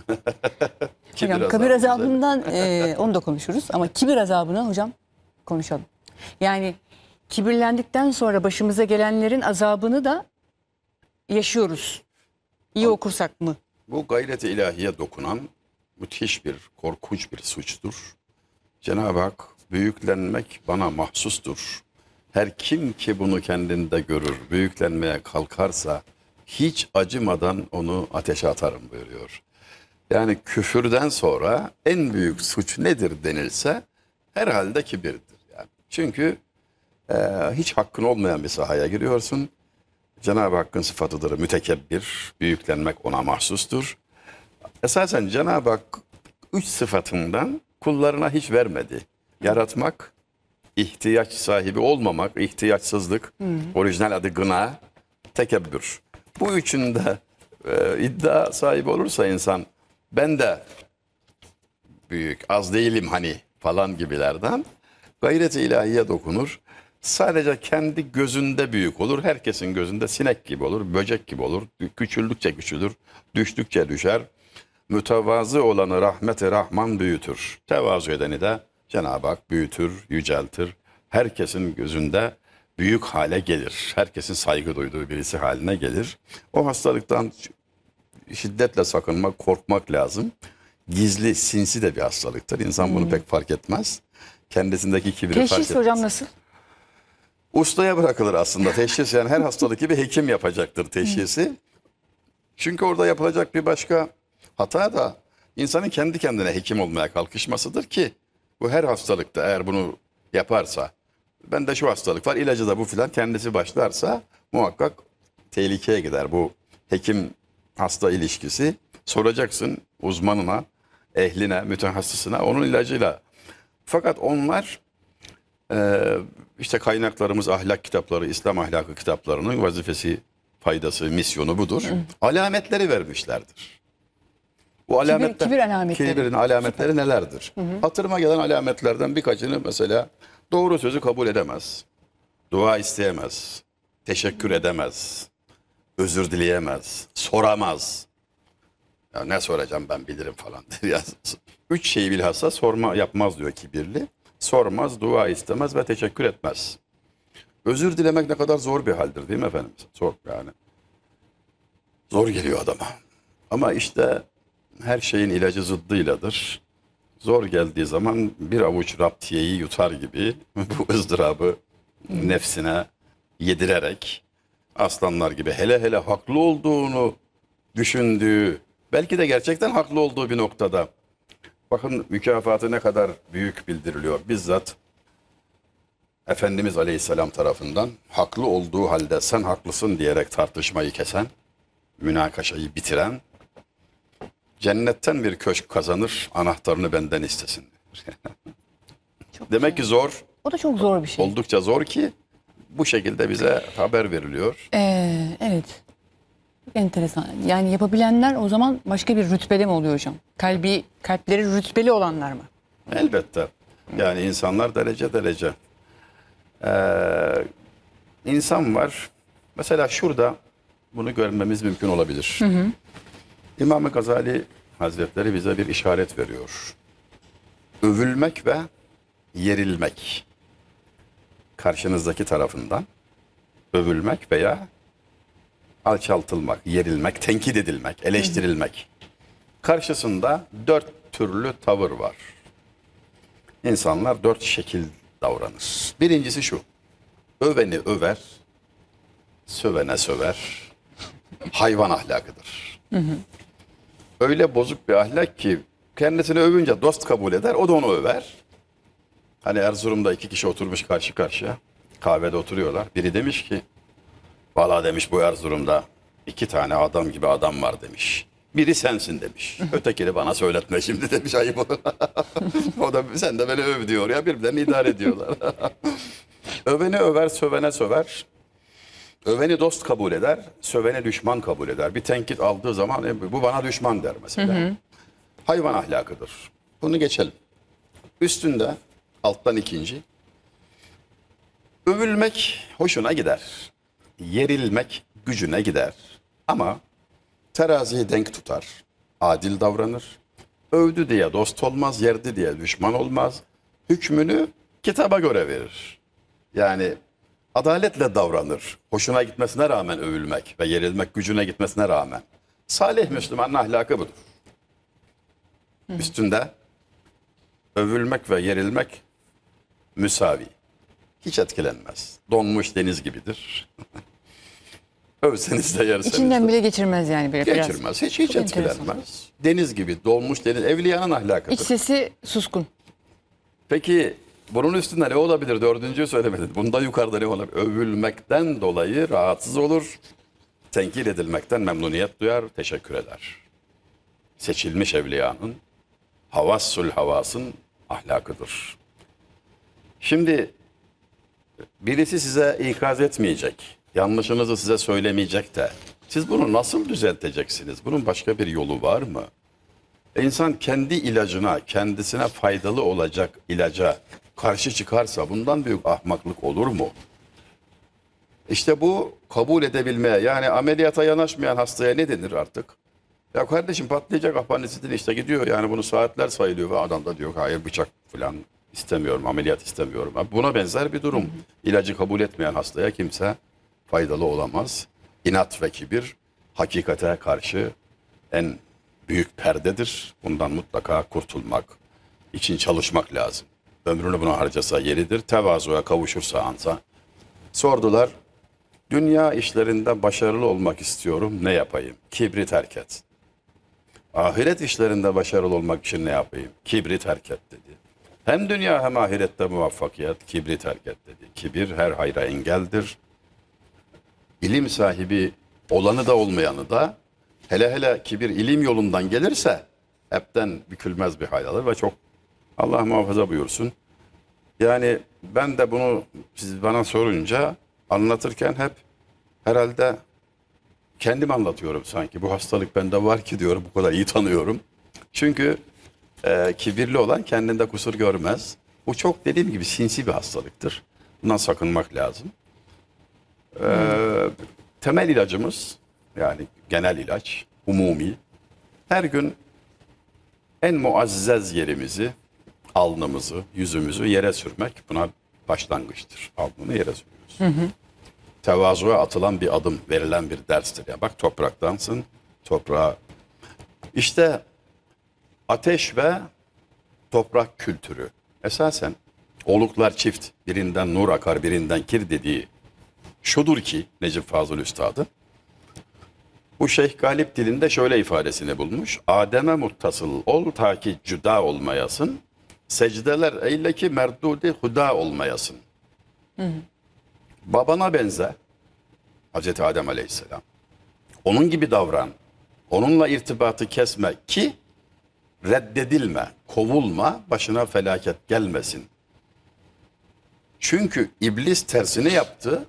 Kibir hocam, kabir azabından e, onu da konuşuruz ama kibir azabını hocam konuşalım. Yani kibirlendikten sonra başımıza gelenlerin azabını da yaşıyoruz. İyi okursak mı? Bu gayret-i ilahiye dokunan müthiş bir, korkunç bir suçtur. Cenab-ı Hak, büyüklenmek bana mahsustur. Her kim ki bunu kendinde görür, büyüklenmeye kalkarsa hiç acımadan onu ateşe atarım buyuruyor. Yani küfürden sonra en büyük suç nedir denilse herhalde kibirdir. Yani. Çünkü e, hiç hakkın olmayan bir sahaya giriyorsun. Cenab-ı Hakk'ın sıfatıdır mütekebbir, büyüklenmek ona mahsustur. Esasen Cenab-ı Hak üç sıfatından kullarına hiç vermedi. Yaratmak, ihtiyaç sahibi olmamak, ihtiyaçsızlık, hmm. orijinal adı gına, tekebbür. Bu üçünde e, iddia sahibi olursa insan, ben de büyük, az değilim hani falan gibilerden gayret-i ilahiye dokunur. Sadece kendi gözünde büyük olur, herkesin gözünde sinek gibi olur, böcek gibi olur. Küçüldükçe küçülür, düştükçe düşer. Mütevazı olanı rahmet-i Rahman büyütür. Tevazu edeni de Cenab-ı Hak büyütür, yüceltir. Herkesin gözünde büyük hale gelir. Herkesin saygı duyduğu birisi haline gelir. O hastalıktan şiddetle sakınmak, korkmak lazım. Gizli, sinsi de bir hastalıktır. İnsan bunu hmm. pek fark etmez. Kendisindeki kibri Teşhis fark etmez. Teşhis hocam nasıl? Ustaya bırakılır aslında teşhis. Yani her hastalık gibi hekim yapacaktır teşhisi. Hmm. Çünkü orada yapılacak bir başka hata da insanın kendi kendine hekim olmaya kalkışmasıdır ki bu her hastalıkta eğer bunu yaparsa, bende şu hastalık var, ilacı da bu filan kendisi başlarsa muhakkak tehlikeye gider bu hekim hasta ilişkisi. Soracaksın uzmanına, ehline, mütehassısına, onun ilacıyla. Fakat onlar Ee, işte kaynaklarımız ahlak kitapları, İslam ahlakı kitaplarının vazifesi, faydası, misyonu budur. Alametleri vermişlerdir. Bu alametler, kibir alametleri. kibirin alametleri nelerdir? Hı hı. Hatırıma gelen alametlerden birkaçını mesela doğru sözü kabul edemez. Dua isteyemez. Teşekkür edemez. Özür dileyemez. Soramaz. Ya ne soracağım ben bilirim falan der ya. Üç şeyi bilhassa sorma yapmaz diyor kibirli. Sormaz, dua istemez ve teşekkür etmez. Özür dilemek ne kadar zor bir haldir değil mi efendim? Zor yani. Zor geliyor adama. Ama işte her şeyin ilacı zıddıyladır. Zor geldiği zaman bir avuç raptiyeyi yutar gibi bu ızdırabı nefsine yedirerek aslanlar gibi hele hele haklı olduğunu düşündüğü, belki de gerçekten haklı olduğu bir noktada, bakın mükafatı ne kadar büyük bildiriliyor. Bizzat Efendimiz Aleyhisselam tarafından haklı olduğu halde sen haklısın diyerek tartışmayı kesen, münakaşayı bitiren, cennetten bir köşk kazanır, anahtarını benden istesin. Demek ki zor. O da çok zor bir şey. Oldukça zor ki bu şekilde bize haber veriliyor. Ee, evet. Çok enteresan. Yani yapabilenler o zaman başka bir rütbede mi oluyor hocam? Kalbi, kalpleri rütbeli olanlar mı? Elbette. Yani insanlar derece derece. Ee, insan var. Mesela şurada bunu görmemiz mümkün olabilir. Hı hı. İmam-ı Gazali Hazretleri bize bir işaret veriyor. Övülmek ve yerilmek. Karşınızdaki tarafından övülmek veya alçaltılmak, yerilmek, tenkit edilmek, eleştirilmek. Karşısında dört türlü tavır var. İnsanlar dört şekil davranır. Birincisi şu. Öveni över, sövene söver. Hayvan ahlakıdır. Hı hı. Öyle bozuk bir ahlak ki kendisini övünce dost kabul eder, o da onu över. Hani Erzurum'da iki kişi oturmuş karşı karşıya. Kahvede oturuyorlar. Biri demiş ki, valla demiş bu Erzurum'da iki tane adam gibi adam var demiş. Biri sensin demiş. Ötekini bana söyletme şimdi demiş, ayıp olur. O da sen de beni öv diyor ya, birbirlerini idare ediyorlar. Öveni över, sövene söver. Öveni dost kabul eder, söveni düşman kabul eder. Bir tenkit aldığı zaman e, bu bana düşman der mesela. Hı hı. Hayvan ahlakıdır. Bunu geçelim. Üstünde alttan ikinci. Övülmek hoşuna gider. Yerilmek gücüne gider. Ama teraziyi denk tutar. Adil davranır. Övdü diye dost olmaz, yerdi diye düşman olmaz. Hükmünü kitaba göre verir. Yani adaletle davranır. Hoşuna gitmesine rağmen övülmek ve yerilmek gücüne gitmesine rağmen. Salih Müslümanın ahlakı budur. Hı. Üstünde övülmek ve yerilmek müsavi. Hiç etkilenmez. Donmuş deniz gibidir. Övseniz de yerseniz İçinden de. bile geçirmez yani. Böyle Geçirmez. biraz. Hiç, hiç Çok etkilenmez. enteresan. Deniz gibi donmuş deniz. Evliyanın ahlakıdır. İç sesi suskun. Peki bunun üstünde ne olabilir? Dördüncüyü söylemedin. Bunda yukarıda ne olabilir? Övülmekten dolayı rahatsız olur. Tenkit edilmekten memnuniyet duyar, teşekkür eder. Seçilmiş evliyanın, havassul havasın ahlakıdır. Şimdi birisi size ikaz etmeyecek, yanlışınızı size söylemeyecek de siz bunu nasıl düzelteceksiniz? Bunun başka bir yolu var mı? İnsan kendi ilacına, kendisine faydalı olacak ilaca karşı çıkarsa bundan büyük ahmaklık olur mu? İşte bu kabul edebilmeye, yani ameliyata yanaşmayan hastaya ne denir artık? Ya kardeşim patlayacak apandisitin işte gidiyor, yani bunu saatler sayılıyor ve adam da diyor hayır bıçak falan istemiyorum, ameliyat istemiyorum. Buna benzer bir durum. İlacı kabul etmeyen hastaya kimse faydalı olamaz. İnat ve kibir hakikate karşı en büyük perdedir. Bundan mutlaka kurtulmak için çalışmak lazım. Ömrünü buna harcasa yeridir. Tevazuya kavuşursa ansa. Sordular, dünya işlerinde başarılı olmak istiyorum, ne yapayım? Kibri terk et. Ahiret işlerinde başarılı olmak için ne yapayım? Kibri terk et dedi. Hem dünya hem ahirette muvaffakiyet, kibri terk et dedi. Kibir her hayra engeldir. İlim sahibi olanı da olmayanı da, hele hele kibir ilim yolundan gelirse hepten bükülmez bir hal alır ve çok Allah muhafaza buyursun. Yani ben de bunu siz bana sorunca anlatırken hep herhalde kendim anlatıyorum sanki. Bu hastalık bende var ki diyorum, bu kadar iyi tanıyorum. Çünkü e, kibirli olan kendinde kusur görmez. Bu çok dediğim gibi sinsi bir hastalıktır. Bundan sakınmak lazım. E, temel ilacımız, yani genel ilaç, umumi. Her gün en muazzez yerimizi, alnımızı, yüzümüzü yere sürmek buna başlangıçtır. Alnını yere sürüyoruz. Hı hı. Tevazuya atılan bir adım, verilen bir derstir. Ya bak, topraktansın, toprağa. İşte ateş ve toprak kültürü. Esasen oluklar çift, birinden nur akar, birinden kir dediği şudur ki Necip Fazıl Üstad'ın. Bu Şeyh Galip dilinde şöyle ifadesini bulmuş. Adem'e muttasıl ol ta ki cüda olmayasın. Secdeler eyle ki merdudi huda olmayasın. Hı hı. Babana benze, Hazreti Adem Aleyhisselam. Onun gibi davran. Onunla irtibatı kesme ki reddedilme, kovulma, başına felaket gelmesin. Çünkü iblis tersini yaptı,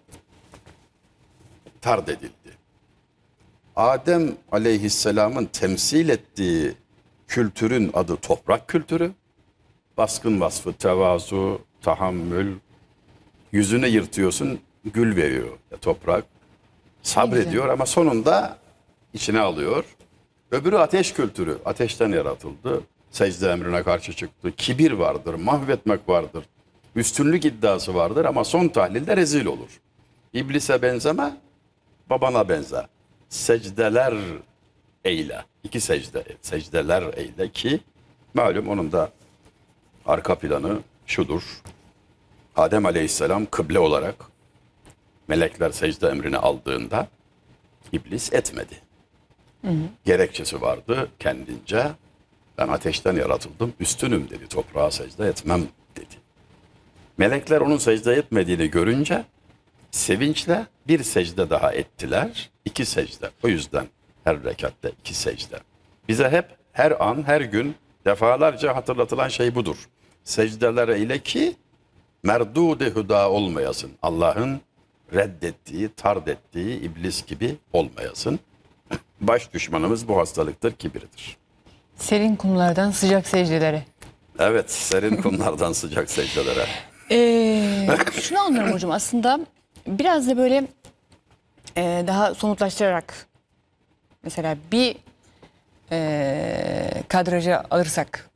tard edildi. Adem Aleyhisselam'ın temsil ettiği kültürün adı toprak kültürü. Baskın vasfı tevazu, tahammül, yüzünü yırtıyorsun, gül veriyor ya toprak. Sabrediyor ama sonunda içine alıyor. Öbürü ateş kültürü. Ateşten yaratıldı. Secde emrine karşı çıktı. Kibir vardır, mahvetmek vardır. Üstünlük iddiası vardır ama son tahlilde rezil olur. İblise benzeme, babana benze. Secdeler eyle. İki secde, secdeler eyle ki malum onun da arka planı şudur. Adem Aleyhisselam kıble olarak melekler secde emrini aldığında iblis etmedi. Hı hı. Gerekçesi vardı kendince. Ben ateşten yaratıldım, üstünüm dedi. Toprağa secde etmem dedi. Melekler onun secde etmediğini görünce sevinçle bir secde daha ettiler. İki secde. O yüzden her rekatte iki secde. Bize hep her an, her gün defalarca hatırlatılan şey budur. Secdeler eyle ki merdud-i huda olmayasın. Allah'ın reddettiği, tard ettiği iblis gibi olmayasın. Baş düşmanımız bu hastalıktır, kibirdir. Serin kumlardan sıcak secdelere. Evet, serin kumlardan sıcak secdelere. Ee, şunu anlıyorum hocam, aslında biraz da böyle e, daha somutlaştırarak mesela bir e, kadraja alırsak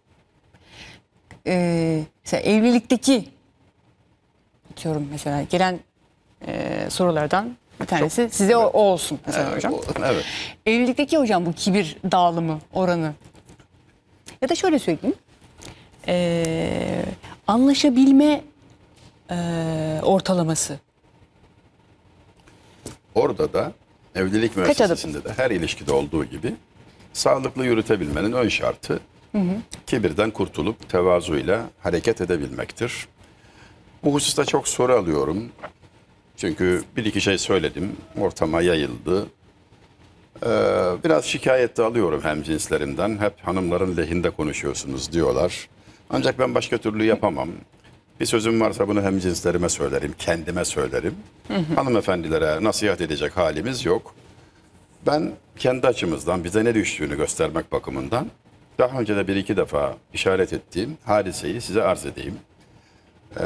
e, mesela evlilikteki diyorum mesela gelen e, sorulardan bir tanesi Çok, size evet. o, o olsun mesela evet, hocam. O, evet. Evlilikteki hocam bu kibir dağılımı oranı ya da şöyle söyleyeyim, e, anlaşabilme e, ortalaması. Orada da evlilik müessesesinde de her ilişkide olduğu gibi sağlıklı yürütebilmenin ön şartı hı hı. kibirden kurtulup tevazuyla hareket edebilmektir. Bu hususta çok soru alıyorum. Çünkü bir iki şey söyledim, ortama yayıldı. Ee, biraz şikayet de alıyorum hemcinslerimden. Hep hanımların lehinde konuşuyorsunuz diyorlar. Ancak ben başka türlü yapamam. Bir sözüm varsa bunu hemcinslerime söylerim, kendime söylerim. Hı hı. Hanımefendilere nasihat edecek halimiz yok. Ben kendi açımızdan bize ne düştüğünü göstermek bakımından daha önce de bir iki defa işaret ettiğim hadiseyi size arz edeyim. Ee,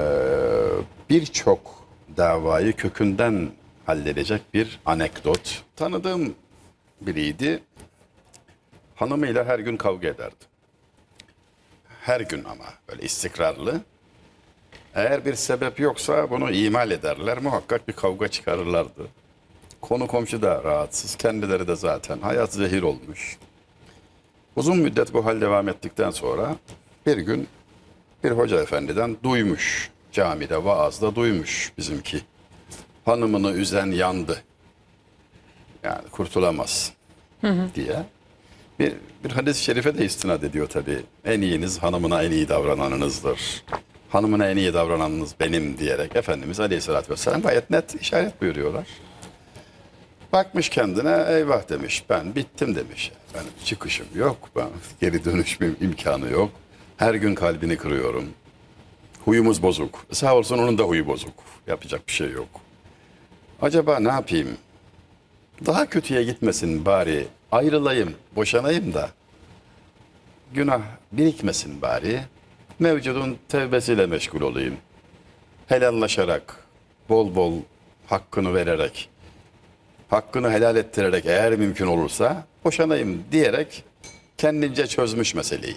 Birçok davayı kökünden halledecek bir anekdot. Tanıdığım biriydi. Hanımıyla her gün kavga ederdi. Her gün ama böyle istikrarlı. Eğer bir sebep yoksa bunu ihmal ederler. Muhakkak bir kavga çıkarırlardı. Konu komşu da rahatsız. Kendileri de zaten hayat zehir olmuş. Uzun müddet bu hal devam ettikten sonra bir gün bir hoca efendiden duymuş. Camide, vaazda duymuş bizimki. Hanımını üzen yandı. Yani kurtulamaz hı hı. diye. Bir, bir hadis-i şerife de istinad ediyor tabii. En iyiniz hanımına en iyi davrananınızdır. Hanımına en iyi davrananınız benim diyerek Efendimiz Aleyhisselatü Vesselam gayet net işaret buyuruyorlar. Bakmış kendine, eyvah demiş, ben bittim demiş. Benim çıkışım yok, ben geri dönüşüm imkanı yok. Her gün kalbini kırıyorum. Huyumuz bozuk. Sağ olsun onun da huyu bozuk. Yapacak bir şey yok. Acaba ne yapayım? Daha kötüye gitmesin bari. Ayrılayım, boşanayım da. Günah birikmesin bari. Mevcudun tevbesiyle meşgul olayım. Helallaşarak, bol bol hakkını vererek, hakkını helal ettirerek eğer mümkün olursa boşanayım diyerek kendince çözmüş meseleyi.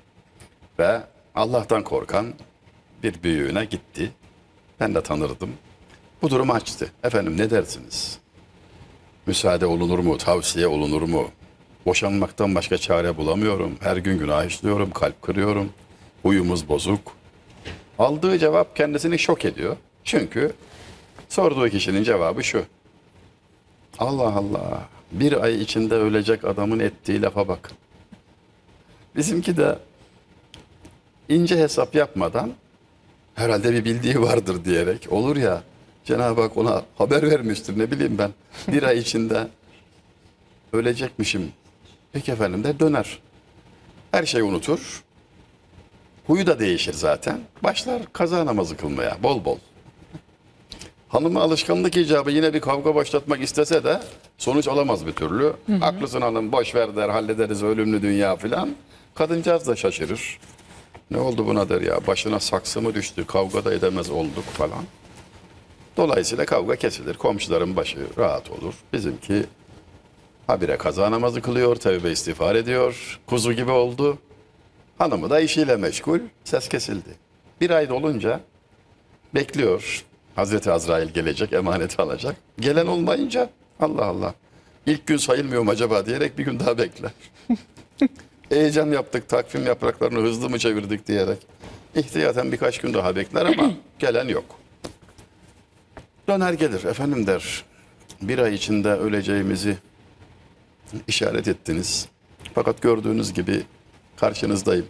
Ve Allah'tan korkan bir büyüğüne gitti. Ben de tanırdım. Bu durumu açtı. Efendim ne dersiniz? Müsaade olunur mu? Tavsiye olunur mu? Boşanmaktan başka çare bulamıyorum. Her gün günah işliyorum, kalp kırıyorum. Huyumuz bozuk. Aldığı cevap kendisini şok ediyor. Çünkü sorduğu kişinin cevabı şu. Allah Allah, bir ay içinde ölecek adamın ettiği lafa bakın. Bizimki de ince hesap yapmadan herhalde bir bildiği vardır diyerek olur ya, Cenab-ı Hak ona haber vermiştir, ne bileyim ben, bir ay içinde ölecekmişim. Peki efendim der, döner. Her şeyi unutur. Huyu da değişir zaten. Başlar kaza namazı kılmaya bol bol. Hanımı alışkanlık icabı yine bir kavga başlatmak istese de sonuç alamaz bir türlü. Hı hı. Haklısın hanım, boş ver der, hallederiz ölümlü dünya filan. Kadıncağız da şaşırır. Ne oldu buna der ya, başına saksı mı düştü, kavga da edemez olduk falan. Dolayısıyla kavga kesilir, komşuların başı rahat olur. Bizimki habire kaza namazı kılıyor, tevbe istiğfar ediyor, kuzu gibi oldu. Hanımı da işiyle meşgul, ses kesildi. Bir ay dolunca bekliyor, Hazreti Azrail gelecek, emaneti alacak. Gelen olmayınca Allah Allah, ilk gün sayılmıyor mu acaba diyerek bir gün daha bekler. Heyecan yaptık, takvim yapraklarını hızlı mı çevirdik diyerek. İhtiyaten birkaç gün daha bekler ama gelen yok. Döner gelir, efendim der, bir ay içinde öleceğimizi işaret ettiniz. Fakat gördüğünüz gibi karşınızdayım.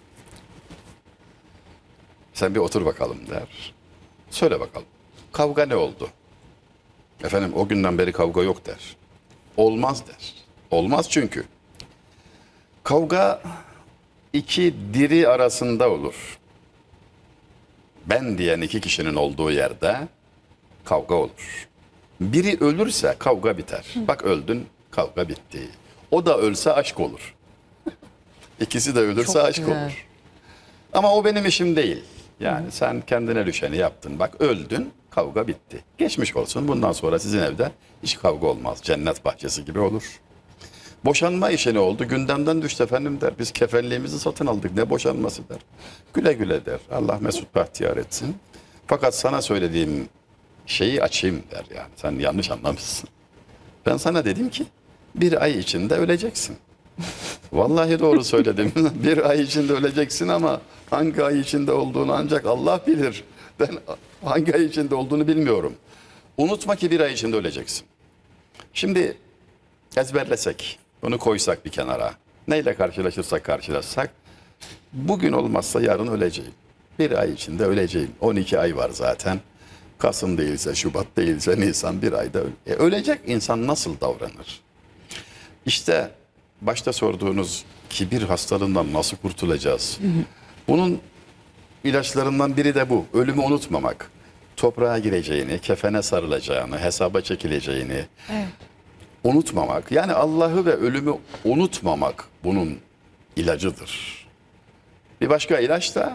Sen bir otur bakalım der. Söyle bakalım, kavga ne oldu? Efendim o günden beri kavga yok der. Olmaz der. Olmaz çünkü. Kavga iki diri arasında olur. Ben diyen iki kişinin olduğu yerde kavga olur. Biri ölürse kavga biter. Bak öldün, kavga bitti. O da ölse aşk olur. İkisi de ölürse Çok aşk güzel. olur. Ama o benim işim değil. Yani Hı. sen kendine düşeni yaptın. Bak öldün, kavga bitti. Geçmiş olsun. Bundan sonra sizin evde hiç kavga olmaz. Cennet bahçesi gibi olur. Boşanma işi ne oldu? Gündemden düştü efendim der. Biz kefenliğimizi satın aldık. Ne boşanması der. Güle güle der. Allah mesut bahtiyar etsin. Fakat sana söylediğim şeyi açayım der yani. Sen yanlış anlamışsın. Ben sana dedim ki bir ay içinde öleceksin. Vallahi doğru söyledim. Bir ay içinde öleceksin ama hangi ay içinde olduğunu ancak Allah bilir. Ben hangi ay içinde olduğunu bilmiyorum. Unutma ki bir ay içinde öleceksin. Şimdi ezberlesek, bunu koysak bir kenara. Neyle karşılaşırsak karşılaşsak, bugün olmazsa yarın öleceğim. Bir ay içinde öleceğim. on iki ay var zaten. Kasım değilse, Şubat değilse, Nisan, bir ayda öle- e, ölecek insan nasıl davranır? İşte başta sorduğunuz kibir hastalığından nasıl kurtulacağız? Hı hı. Bunun ilaçlarından biri de bu. Ölümü unutmamak. Toprağa gireceğini, kefene sarılacağını, hesaba çekileceğini evet. unutmamak. Yani Allah'ı ve ölümü unutmamak bunun ilacıdır. Bir başka ilaç da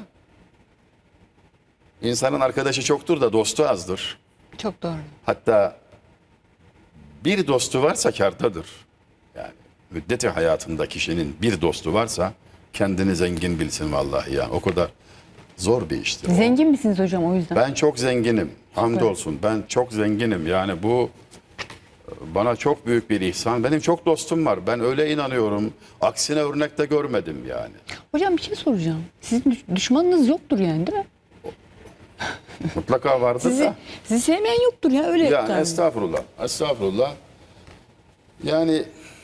insanın arkadaşı çoktur da dostu azdır. Çok doğru. Hatta bir dostu varsa kârdadır. Yani müddeti hayatında kişinin bir dostu varsa kendini zengin bilsin vallahi ya. O kadar zor bir iştir. Zengin o. misiniz hocam o yüzden? Ben çok zenginim. Hamdolsun. Ben çok zenginim. Yani bu bana çok büyük bir ihsan. Benim çok dostum var. Ben öyle inanıyorum. Aksine örnek de görmedim yani. Hocam bir şey soracağım. Sizin düş- düşmanınız yoktur yani değil mi? Mutlaka vardır Sizi, da. sizi sevmeyen yoktur ya öyle. Yani tabii. estağfurullah. Estağfurullah. Yani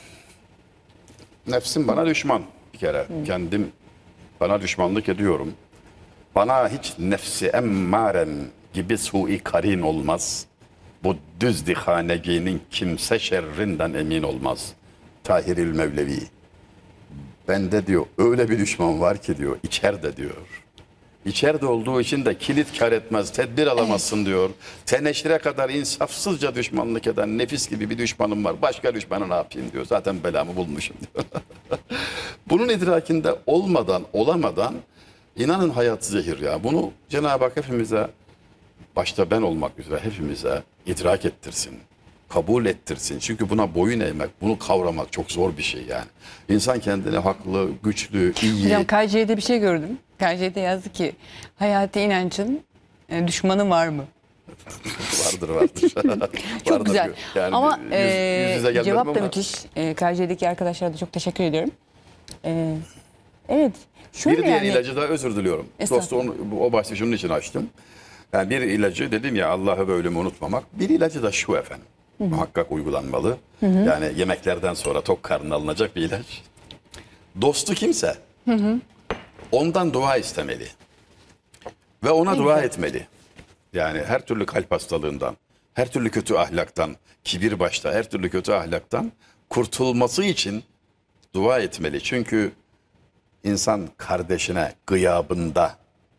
nefsim bana düşman bir kere. Hı. Kendim bana düşmanlık ediyorum. Bana hiç nefsi emmarem gibi sui karin olmaz. Bu düz dihaneginin kimse şerrinden emin olmaz. Tahiril Mevlevi. Bende diyor öyle bir düşman var ki diyor içeride diyor. İçeride olduğu için de kilit kar etmez, tedbir alamazsın diyor. Teneşire kadar insafsızca düşmanlık eden nefis gibi bir düşmanım var. Başka düşmanı ne yapayım diyor. Zaten belamı bulmuşum diyor. Bunun idrakinde olmadan, olamadan inanın hayat zehir ya. Bunu Cenab-ı Hak hepimize, başta ben olmak üzere hepimize idrak ettirsin. Kabul ettirsin. Çünkü buna boyun eğmek, bunu kavramak çok zor bir şey yani. İnsan kendini haklı, güçlü, iyi. Hocam K C'de bir şey gördüm. K C'de yazdı ki hayati inancın e, düşmanı var mı? Vardır vardır. Çok Vardır. güzel. Yani ama yüz, e, yüz yüze gelmedim cevap da ama müthiş. E, K C'deki arkadaşlara da çok teşekkür ediyorum. E, evet. Şöyle bir diğer yani, ilacı da özür diliyorum. Dostu onu, o bahsi şunun için açtım. Yani bir ilacı dedim ya Allah'ı ve ölümü unutmamak. Bir ilacı da şu efendim. Hı-hı. Muhakkak uygulanmalı. Hı-hı. Yani yemeklerden sonra tok karnına alınacak bir ilaç. Dostu kimse Hı-hı. ondan dua istemeli. Ve ona ne dua güzel. etmeli. Yani her türlü kalp hastalığından, her türlü kötü ahlaktan, kibir başta her türlü kötü ahlaktan kurtulması için dua etmeli. Çünkü insan kardeşine gıyabında,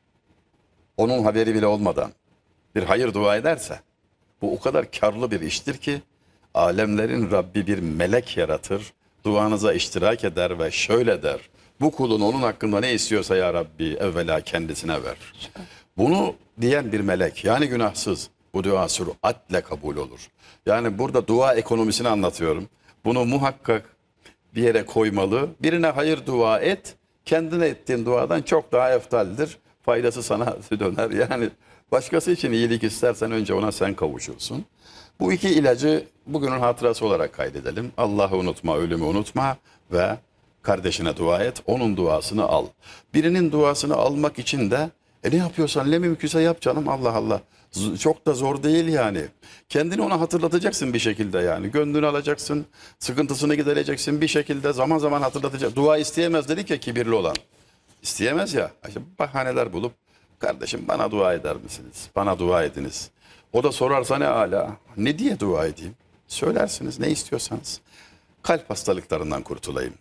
onun haberi bile olmadan bir hayır dua ederse, bu o kadar karlı bir iştir ki, alemlerin Rabbi bir melek yaratır, duanıza iştirak eder ve şöyle der: bu kulun onun hakkında ne istiyorsa ya Rabbi evvela kendisine ver. Bunu diyen bir melek, yani günahsız, bu dua süratle kabul olur. Yani burada dua ekonomisini anlatıyorum. Bunu muhakkak bir yere koymalı. Birine hayır dua et, kendine ettiğin duadan çok daha eftaldir. Faydası sana döner. Yani başkası için iyilik istersen önce ona sen kavuşursun. Bu iki ilacı bugünün hatırası olarak kaydedelim. Allah'ı unutma, ölümü unutma ve kardeşine dua et. Onun duasını al. Birinin duasını almak için de e ne yapıyorsan ne mümkünse yap canım, Allah Allah. Z- çok da zor değil yani. Kendini ona hatırlatacaksın bir şekilde yani. Gönlünü alacaksın, sıkıntısını gidereceksin bir şekilde, zaman zaman hatırlatacak. Dua isteyemez dedik ya kibirli olan. İsteyemez ya. İşte bahaneler bulup kardeşim bana dua eder misiniz? Bana dua ediniz. O da sorarsa ne ala. Ne diye dua edeyim? Söylersiniz ne istiyorsanız. Kalp hastalıklarından kurtulayım.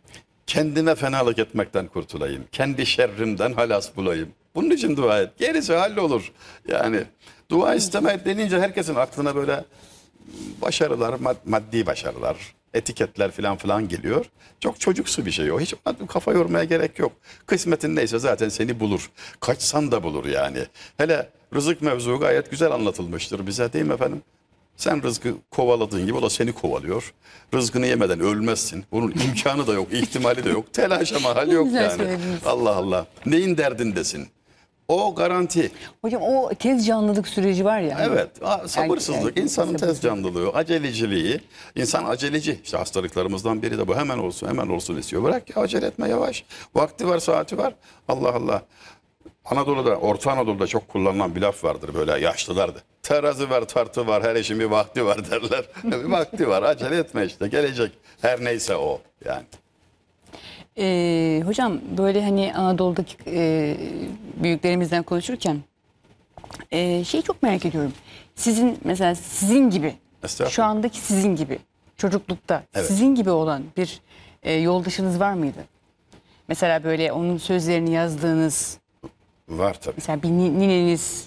Kendime fenalık etmekten kurtulayım. Kendi şerrimden halas bulayım. Bunun için dua et. Gerisi hallolur. Yani dua istemek denince herkesin aklına böyle başarılar, mad- maddi başarılar, etiketler falan filan geliyor. Çok çocuksu bir şey o. Hiç kafa yormaya gerek yok. Kısmetin neyse zaten seni bulur. Kaçsan da bulur yani. Hele rızık mevzu gayet güzel anlatılmıştır bize, değil mi efendim? Sen rızkı kovaladığın gibi o da seni kovalıyor. Rızkını yemeden ölmezsin. Bunun imkanı da yok, ihtimali de yok. Telaşa hal yok yani. Söylediniz. Allah Allah. Neyin derdindesin? O garanti. Hocam o tez canlılık süreci var ya. Evet. Sabırsızlık, erken, insanın sabırsızlık. tez canlılığı, aceleciliği. İnsan aceleci. İşte hastalıklarımızdan biri de bu. Hemen olsun, hemen olsun istiyor. Bırak ya, acele etme, yavaş. Vakti var, saati var. Allah Allah. Anadolu'da, Orta Anadolu'da çok kullanılan bir laf vardır böyle yaşlılardı. Terazi var, tartı var, her işin bir vakti var derler. Bir vakti var, acele etme işte, gelecek. Her neyse o yani. Ee, hocam böyle hani Anadolu'daki e, büyüklerimizden konuşurken e, şeyi çok merak ediyorum. Sizin mesela sizin gibi, şu andaki sizin gibi çocuklukta Evet. sizin gibi olan bir e, yoldaşınız var mıydı? Mesela böyle onun sözlerini yazdığınız, Var tabii. mesela bir ni- nineniz.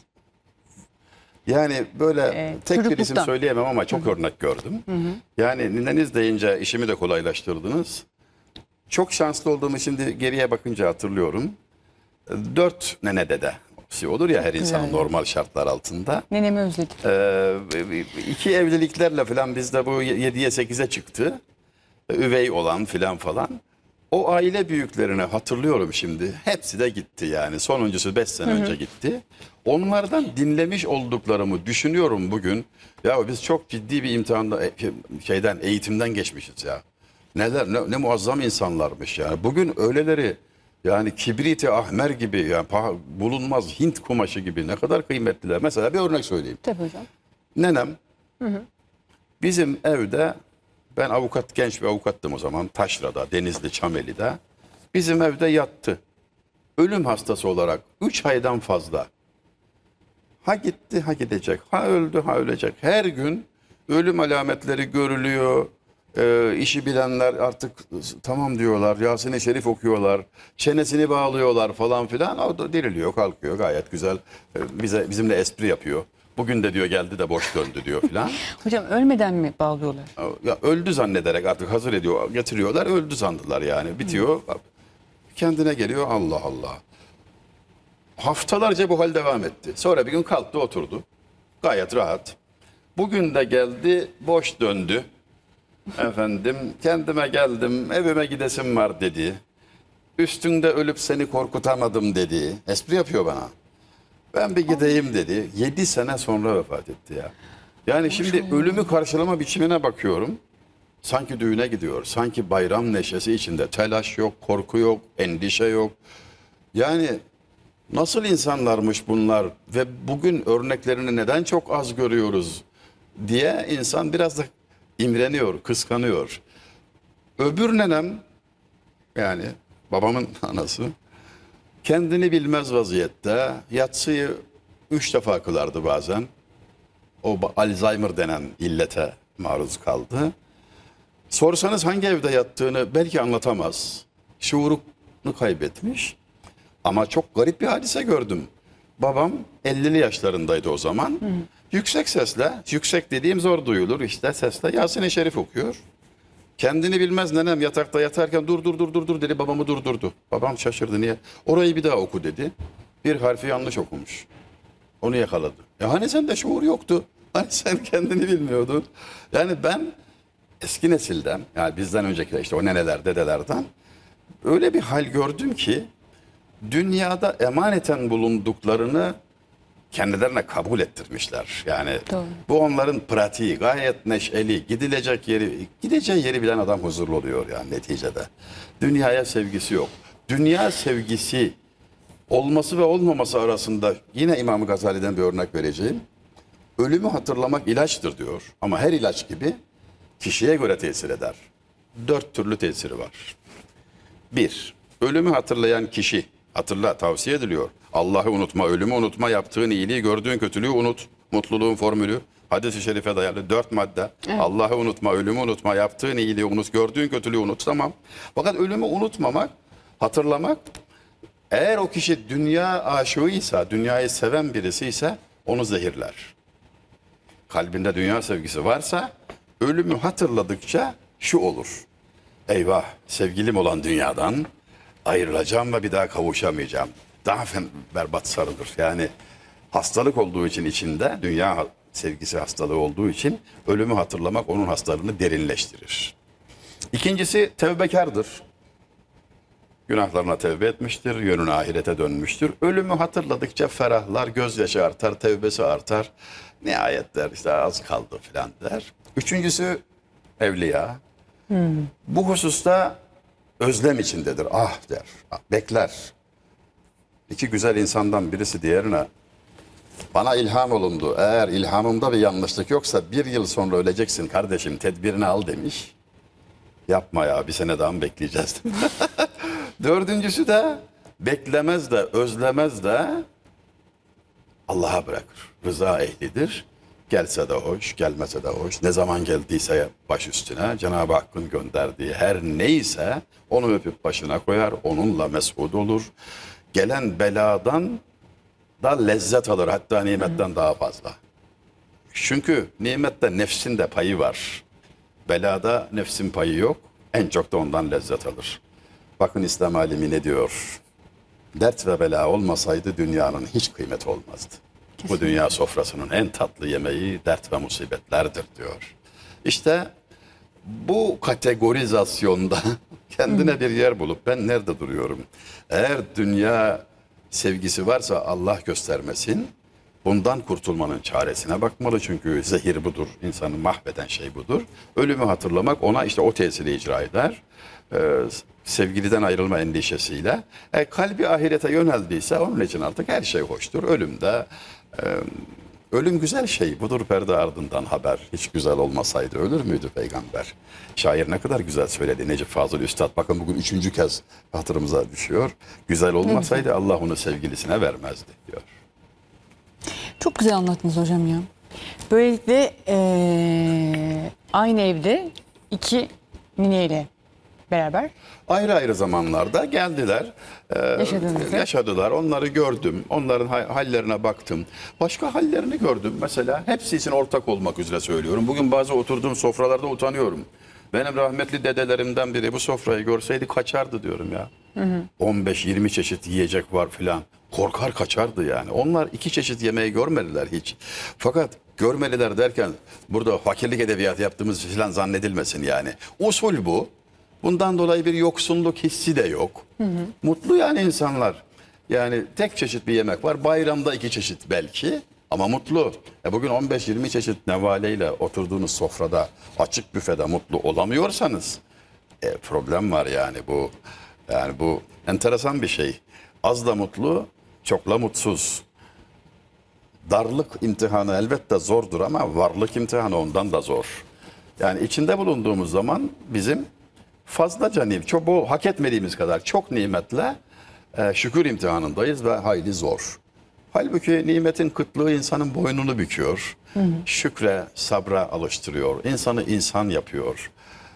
Yani böyle Ee, tek bir isim çocukluktan. söyleyemem ama çok Hı-hı. örnek gördüm. Hı-hı. Yani nineniz deyince işimi de kolaylaştırdınız. Çok şanslı olduğumu şimdi geriye bakınca hatırlıyorum. Dört nene dede şey olur ya her insanın Güzel. normal şartlar altında. Nenemi özledim. Ee, iki evliliklerle falan bizde bu yediye sekize çıktı. Üvey olan filan falan. O aile büyüklerini hatırlıyorum şimdi. Hepsi de gitti yani. Sonuncusu beş sene hı hı. önce gitti. Onlardan dinlemiş olduklarımı düşünüyorum bugün. Ya biz çok ciddi bir imtihanda şeyden eğitimden geçmişiz ya. Neler ne, ne muazzam insanlarmış yani. Bugün öyleleri yani kibriti ahmer gibi yani paha, bulunmaz Hint kumaşı gibi ne kadar kıymetliler. Mesela bir örnek söyleyeyim. Tabii hocam. Nenem hı hı. bizim evde, ben avukat, genç bir avukattım o zaman. Taşra'da, Denizli, Çameli'de. Bizim evde yattı. Ölüm hastası olarak üç aydan fazla. Ha gitti, ha gidecek. Ha öldü, ha ölecek. Her gün ölüm alametleri görülüyor. Ee, işi bilenler artık tamam diyorlar. Yasin-i Şerif okuyorlar. Çenesini bağlıyorlar falan filan. O da diriliyor, kalkıyor. Gayet güzel. Ee, bize bizimle espri yapıyor. Bugün de diyor geldi de boş döndü diyor filan. Hocam ölmeden mi bağlıyorlar? Ya öldü zannederek artık hazır ediyor, getiriyorlar. Öldü sandılar yani. Bitiyor. Kendine geliyor. Allah Allah. Haftalarca bu hal devam etti. Sonra bir gün kalktı, oturdu. Gayet rahat. Bugün de geldi, boş döndü. Efendim, kendime geldim, evime gidesim var dedi. Üstünde ölüp seni korkutamadım dedi. Espri yapıyor bana. Ben bir gideyim dedi. Yedi sene sonra vefat etti ya. Yani şimdi ölümü karşılama biçimine bakıyorum. Sanki düğüne gidiyor. Sanki bayram neşesi içinde. Telaş yok, korku yok, endişe yok. Yani nasıl insanlarmış bunlar ve bugün örneklerini neden çok az görüyoruz diye insan biraz da imreniyor, kıskanıyor. Öbür nenem, yani babamın anası, kendini bilmez vaziyette yatsıyı üç defa kılardı bazen. O Alzheimer denen illete maruz kaldı. Sorsanız hangi evde yattığını belki anlatamaz. Şuurunu kaybetmiş. Ama çok garip bir hadise gördüm. Babam ellili yaşlarındaydı o zaman. Hı. Yüksek sesle, yüksek dediğim zor duyulur işte sesle Yasin-i Şerif okuyor. Kendini bilmez nenem yatakta yatarken dur dur dur dur dur dedi, babamı durdurdu. Babam şaşırdı, niye? Orayı bir daha oku dedi. Bir harfi yanlış okumuş. Onu yakaladı. Ya hani sende şuur yoktu? Hani sen kendini bilmiyordun? Yani ben eski nesilden, yani bizden öncekiler işte o neneler, dedelerden öyle bir hal gördüm ki dünyada emaneten bulunduklarını kendilerine kabul ettirmişler. Yani Doğru. bu onların pratiği, gayet neşeli, gidilecek yeri, gideceği yeri bilen adam huzurlu oluyor yani neticede. Dünyaya sevgisi yok. Dünya sevgisi olması ve olmaması arasında yine İmam Gazali'den bir örnek vereceğim. Ölümü hatırlamak ilaçtır diyor ama her ilaç gibi kişiye göre tesir eder. Dört türlü tesiri var. Bir, ölümü hatırlayan kişi, hatırla, tavsiye ediliyor. Allah'ı unutma, ölümü unutma, yaptığın iyiliği, gördüğün kötülüğü unut. Mutluluğun formülü, hadis-i şerife dayalı dört madde. Evet. Allah'ı unutma, ölümü unutma, yaptığın iyiliği unut, gördüğün kötülüğü unut, tamam. Fakat ölümü unutmamak, hatırlamak, eğer o kişi dünya aşığıysa, dünyayı seven birisi ise onu zehirler. Kalbinde dünya sevgisi varsa ölümü hatırladıkça şu olur. Eyvah, sevgilim olan dünyadan ayrılacağım ve bir daha kavuşamayacağım. Daha berbat sarılır. Yani hastalık olduğu için içinde, dünya sevgisi hastalığı olduğu için ölümü hatırlamak onun hastalığını derinleştirir. İkincisi tevbekardır. Günahlarına tevbe etmiştir, yönünü ahirete dönmüştür. Ölümü hatırladıkça ferahlar, gözyaşı artar, tevbesi artar. Nihayet der işte az kaldı filan der. Üçüncüsü evliya. Hmm. Bu hususta özlem içindedir. Ah der, bekler. İki güzel insandan birisi diğerine bana ilham olundu. Eğer ilhamımda bir yanlışlık yoksa bir yıl sonra öleceksin kardeşim, tedbirini al demiş. Yapma ya, bir sene daha mı bekleyeceğiz? Dördüncüsü de beklemez de özlemez de Allah'a bırakır. Rıza ehlidir. Gelse de hoş, gelmese de hoş. Ne zaman geldiyse baş üstüne Cenab-ı Hakk'ın gönderdiği her neyse onu öpüp başına koyar. Onunla mes'ud olur. Gelen beladan da lezzet alır. Hatta nimetten daha fazla. Çünkü nimette nefsin de payı var. Belada nefsin payı yok. En çok da ondan lezzet alır. Bakın İslam alimi ne diyor? Dert ve bela olmasaydı dünyanın hiç kıymeti olmazdı. Kesinlikle. Bu dünya sofrasının en tatlı yemeği dert ve musibetlerdir diyor. İşte bu kategorizasyonda kendine Hı. bir yer bulup ben nerede duruyorum? Eğer dünya sevgisi varsa Allah göstermesin. Bundan kurtulmanın çaresine bakmalı çünkü zehir budur. İnsanı mahveden şey budur. Ölümü hatırlamak ona işte o tesiri icra eder. Ee, sevgiliden ayrılma endişesiyle. E, kalbi ahirete yöneldiyse onun için artık her şey hoştur. Ölümde e, ölüm güzel şey. Budur perde ardından haber. Hiç güzel olmasaydı ölür müydü peygamber? Şair ne kadar güzel söyledi. Necip Fazıl Üstad bakın bugün üçüncü kez hatırımıza düşüyor. Güzel olmasaydı Allah onu sevgilisine vermezdi diyor. Çok güzel anlattınız hocam ya. Böylelikle ee, aynı evde iki nineyle beraber Ayrı ayrı zamanlarda geldiler, e, Yaşadınız. yaşadılar. Onları gördüm, onların ha- hallerine baktım. Başka hallerini gördüm mesela. Hepsi için ortak olmak üzere söylüyorum. Bugün bazı oturduğum sofralarda utanıyorum. Benim rahmetli dedelerimden biri bu sofrayı görseydi kaçardı diyorum ya. on beş yirmi çeşit yiyecek var filan. Korkar kaçardı yani. Onlar iki çeşit yemeği görmediler hiç. Fakat görmediler derken burada fakirlik edebiyatı yaptığımız filan zannedilmesin yani. Usul bu. Bundan dolayı bir yoksunluk hissi de yok. Mutlu yani insanlar. Yani tek çeşit bir yemek var. Bayramda iki çeşit belki ama mutlu. E bugün on beş yirmi çeşit nevaleyle oturduğunuz sofrada açık büfede mutlu olamıyorsanız e, problem var yani bu. Yani bu enteresan bir şey. Az da mutlu, çokla mutsuz. Darlık imtihanı elbette zordur ama varlık imtihanı ondan da zor. Yani içinde bulunduğumuz zaman bizim fazlaca nimet, çok bu hak etmediğimiz kadar çok nimetle e, şükür imtihanındayız ve hayli zor. Halbuki nimetin kıtlığı insanın boynunu büküyor. Hı hı. Şükre, sabra alıştırıyor. İnsanı insan yapıyor.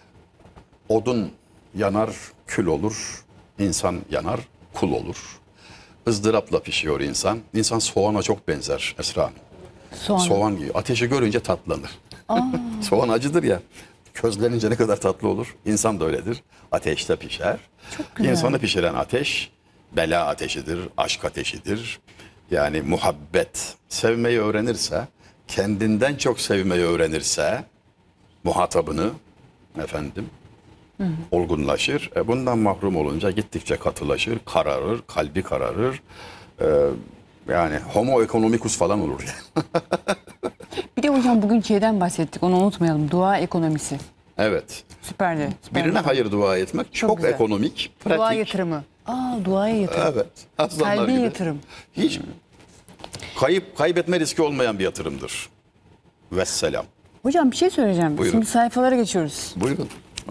Odun yanar, kül olur. İnsan yanar, kul olur. ızdırapla pişiyor insan. İnsan soğana çok benzer Esra Hanım. soğan. Soğan gibi. Ateşi görünce tatlanır. Soğan acıdır ya. Közlenince ne kadar tatlı olur. İnsan da öyledir. Ateşte pişer. Çok güzel. İnsanı pişiren ateş bela ateşidir, aşk ateşidir. Yani muhabbet. Sevmeyi öğrenirse, kendinden çok sevmeyi öğrenirse muhatabını efendim hı hı. olgunlaşır. E bundan mahrum olunca gittikçe katılaşır, kararır, kalbi kararır. E, yani homo economicus falan olur yani. Bir de hocam bugün şeyden bahsettik, onu unutmayalım. Dua ekonomisi. Evet. Süperdi. Süper Birine hayır dua etmek çok, güzel. ekonomik, pratik. Dua yatırımı. Aa, duaya yatırım. Evet. Aslanlar Kalbi gibi. yatırım. Hiç kayıp kaybetme riski olmayan bir yatırımdır. Vesselam. Hocam bir şey söyleyeceğim. Buyurun. Şimdi sayfalara geçiyoruz. Buyurun.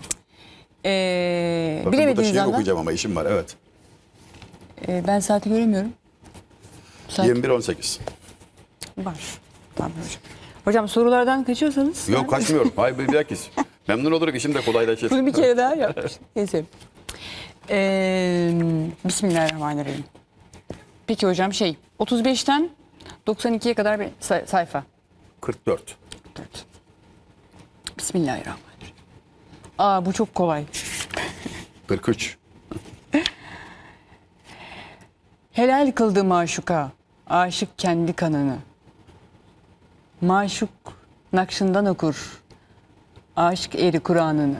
Ee, Bakın burada bilemediğiniz şiir anda okuyacağım ama işim var. Evet. e, ben saati göremiyorum. Saat yirmi bir on sekiz. var. Tamam hocam. Hocam sorulardan kaçıyorsanız. Yok kaçmıyorum. Hayır bilakis. Memnun olurum, işim de kolaylaşır. Bunu bir kere daha yapmış. Neyse. Ee, Bismillahirrahmanirrahim. Peki hocam şey otuz beşten doksan ikiye kadar bir say- sayfa. kırk dört. Evet. Bismillahirrahmanirrahim. Aa, bu çok kolay. kırk üç. Helal kıldı maşuka, aşık kendi kanını. Maşuk nakşından okur, aşık eri Kur'an'ını.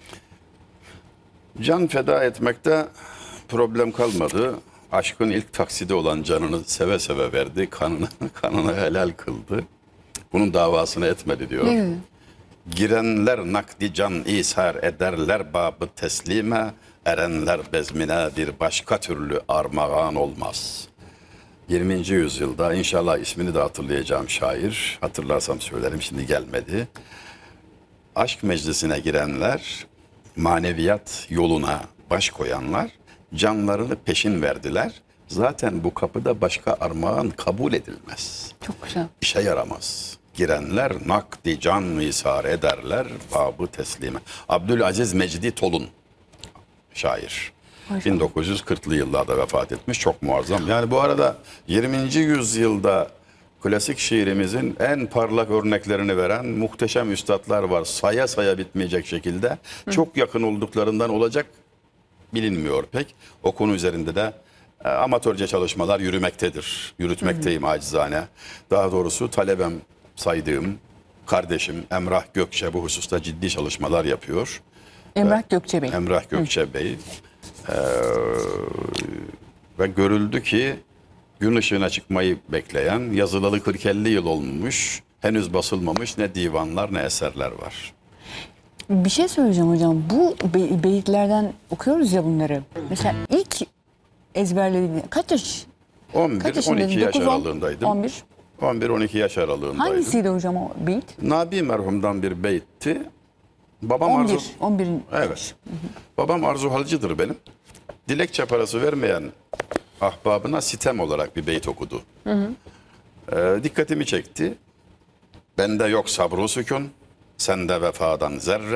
Can feda etmekte problem kalmadı. Aşkın ilk taksidi olan canını seve seve verdi. Kanını, kanını helal kıldı. Bunun davasını etmedi diyor. Ne? Girenler nakdi can ishar ederler babı teslime. Erenler bezmine bir başka türlü armağan olmaz. yirminci yüzyılda inşallah ismini de hatırlayacağım şair. Hatırlarsam söylerim, şimdi gelmedi. Aşk meclisine girenler, maneviyat yoluna baş koyanlar canlarını peşin verdiler. Zaten bu kapıda başka armağan kabul edilmez. Çok güzel. İşe yaramaz. Girenler nakdi can isar ederler babı teslime. Abdülaziz Mecdi Tolun şair. Maşallah. bin dokuz yüz kırklı yıllarda vefat etmiş. Çok muazzam. Yani bu arada yirminci yüzyılda klasik şiirimizin en parlak örneklerini veren muhteşem üstadlar var. Saya saya bitmeyecek şekilde. Hı. Çok yakın olduklarından olacak bilinmiyor pek. O konu üzerinde de e, amatörce çalışmalar yürümektedir. Yürütmekteyim hı hı. acizane. Daha doğrusu talebem saydığım kardeşim Emrah Gökçe bu hususta ciddi çalışmalar yapıyor. Emrah Gökçe Bey. Emrah Gökçe Hı. Bey. Ee, ve görüldü ki gün ışığına çıkmayı bekleyen, yazılalı kırk elli yıl olmuş, henüz basılmamış ne divanlar ne eserler var. Bir şey söyleyeceğim hocam. Bu be- beyitlerden okuyoruz ya bunları. Mesela ilk ezberlediğin kaç yaş? on Kaç bir on yaşındaydın? iki yaş dokuz, on, aralığındaydım. on bir. on bir on iki yaş aralığındaydım. Hangisiydi hocam o beyit? Nabi merhumdan bir beytti. Babam on arzu... bir. on bir. Evet. Babam arzu halcıdır benim. Dilekçe parası vermeyen ahbabına sitem olarak bir beyt okudu. Hı hı. Ee, dikkatimi çekti. Bende yok sabru sükun, sende vefadan zerre.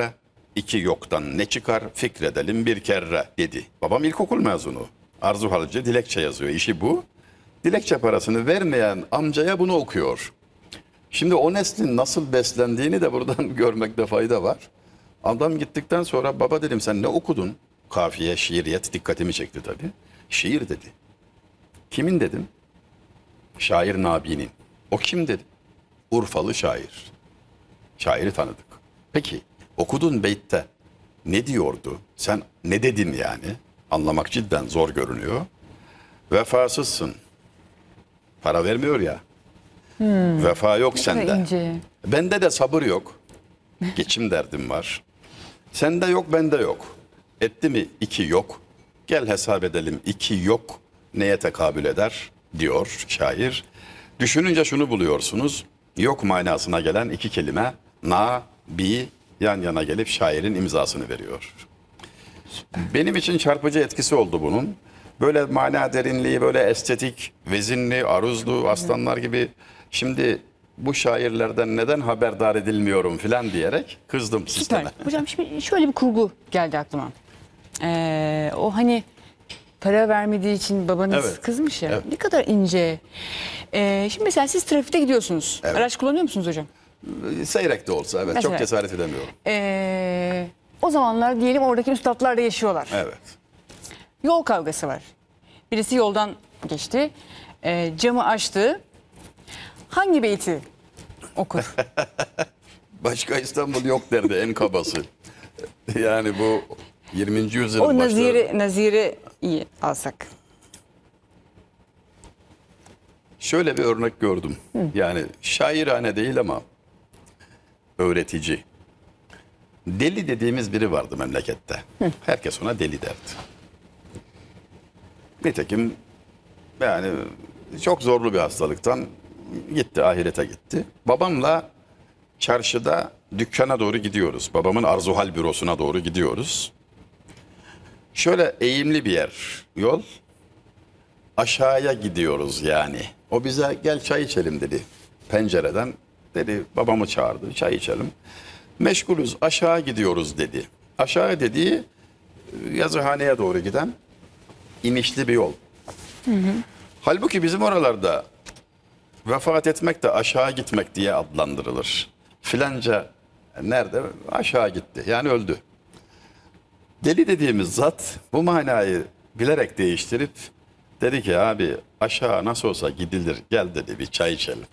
iki yoktan ne çıkar fikredelim bir kere dedi. Babam ilkokul mezunu. Arzu Halıcı dilekçe yazıyor. İşi bu. Dilekçe parasını vermeyen amcaya bunu okuyor. Şimdi o neslin nasıl beslendiğini de buradan görmekte fayda var. Adam gittikten sonra baba dedim sen ne okudun? Kafiye, şiiriyet dikkatimi çekti tabii. Şiir dedi. Kimin dedim? Şair Nabi'nin. O kim dedi? Urfalı şair. Şairi tanıdık. Peki okudun beytte ne diyordu? Sen ne dedin yani? Anlamak cidden zor görünüyor. Vefasızsın. Para vermiyor ya. Hmm. Vefa yok sende. İnce. Bende de sabır yok. Geçim derdim var. Sende yok, bende yok. Etti mi iki yok. Gel hesap edelim iki yok neye tekabül eder diyor şair. Düşününce şunu buluyorsunuz. Yok manasına gelen iki kelime na, bi yan yana gelip şairin imzasını veriyor. Benim için çarpıcı etkisi oldu bunun. Böyle mana derinliği, böyle estetik, vezinli, aruzlu, aslanlar gibi. Şimdi bu şairlerden neden haberdar edilmiyorum filan diyerek kızdım sisteme. Süper. Hocam şimdi şöyle bir kurgu geldi aklıma. Ee, o hani para vermediği için babanız Evet. kızmış ya. Evet. Ne kadar ince. Ee, şimdi mesela siz trafikte gidiyorsunuz. Evet. Araç kullanıyor musunuz hocam? Seyrek de olsa evet Mesela. çok cesaret edemiyorum. Ee, o zamanlar diyelim oradaki üstadlar da yaşıyorlar. Evet. Yol kavgası var. Birisi yoldan geçti. Ee, camı açtı. Hangi beyti okur? Başka İstanbul yok derdi en kabası. Yani bu yirminci yüzyılın O başları. naziri, naziri iyi alsak. Şöyle bir örnek gördüm. Yani şairane değil ama öğretici. Deli dediğimiz biri vardı memlekette. Herkes ona deli derdi. Nitekim yani çok zorlu bir hastalıktan gitti, ahirete gitti. Babamla çarşıda dükkana doğru gidiyoruz. Babamın Arzuhal bürosuna doğru gidiyoruz. Şöyle eğimli bir yer, yol. Aşağıya gidiyoruz yani. O bize gel çay içelim dedi. Pencereden dedi babamı çağırdı çay içelim. Meşgulüz aşağı gidiyoruz dedi. Aşağı dediği yazıhaneye doğru giden inişli bir yol. Hı hı. Halbuki bizim oralarda vefat etmek de aşağı gitmek diye adlandırılır. Filanca nerede? Aşağı gitti. Yani öldü. Deli dediğimiz zat bu manayı bilerek değiştirip dedi ki abi aşağı nasıl olsa gidilir. Gel dedi bir çay içelim.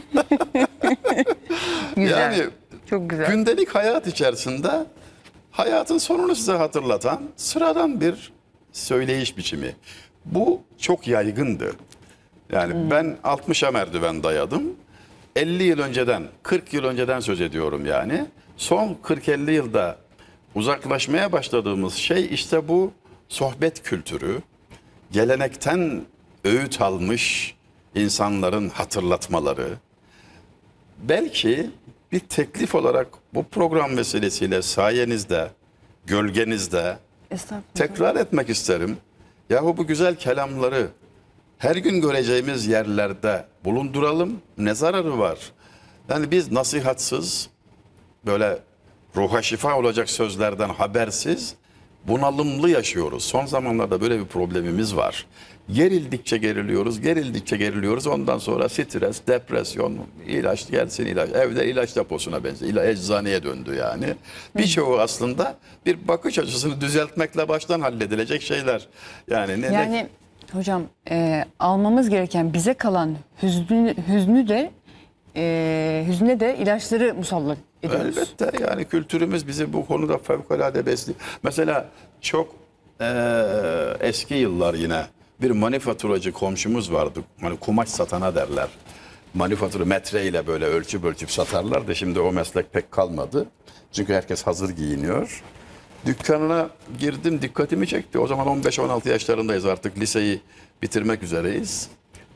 Güzel. Yani çok güzel. gündelik hayat içerisinde hayatın sonunu size hatırlatan sıradan bir söyleyiş biçimi. Bu çok yaygındı. Yani hmm. ben altmışa merdiven dayadım. elli yıl önceden, kırk yıl önceden söz ediyorum yani. Son kırk elli yılda uzaklaşmaya başladığımız şey işte bu sohbet kültürü. Gelenekten öğüt almış insanların hatırlatmaları. Belki bir teklif olarak bu program vesilesiyle sayenizde, gölgenizde tekrar etmek isterim. Yahu bu güzel kelamları her gün göreceğimiz yerlerde bulunduralım. Ne zararı var? Yani biz nasihatsız, böyle ruha şifa olacak sözlerden habersiz, bunalımlı yaşıyoruz. Son zamanlarda böyle bir problemimiz var. Gerildikçe geriliyoruz, gerildikçe geriliyoruz. Ondan sonra stres, depresyon, ilaç gelsin ilaç. Evde ilaç deposuna benziyor. İla, eczaneye döndü yani. Birçoğu aslında bir bakış açısını düzeltmekle baştan halledilecek şeyler. Yani ne Yani ne... hocam e, almamız gereken bize kalan hüznü, hüznü de e, hüzne de ilaçları musallat ediyoruz. Elbette yani kültürümüz bizi bu konuda fevkalade besliyor. Mesela çok e, eski yıllar yine bir manifaturacı komşumuz vardı. Hani kumaş satana derler. Manifatura metreyle böyle ölçüp ölçüp satarlar da şimdi o meslek pek kalmadı. Çünkü herkes hazır giyiniyor. Dükkanına girdim, dikkatimi çekti. O zaman on beş on altı yaşlarındayız, artık liseyi bitirmek üzereyiz.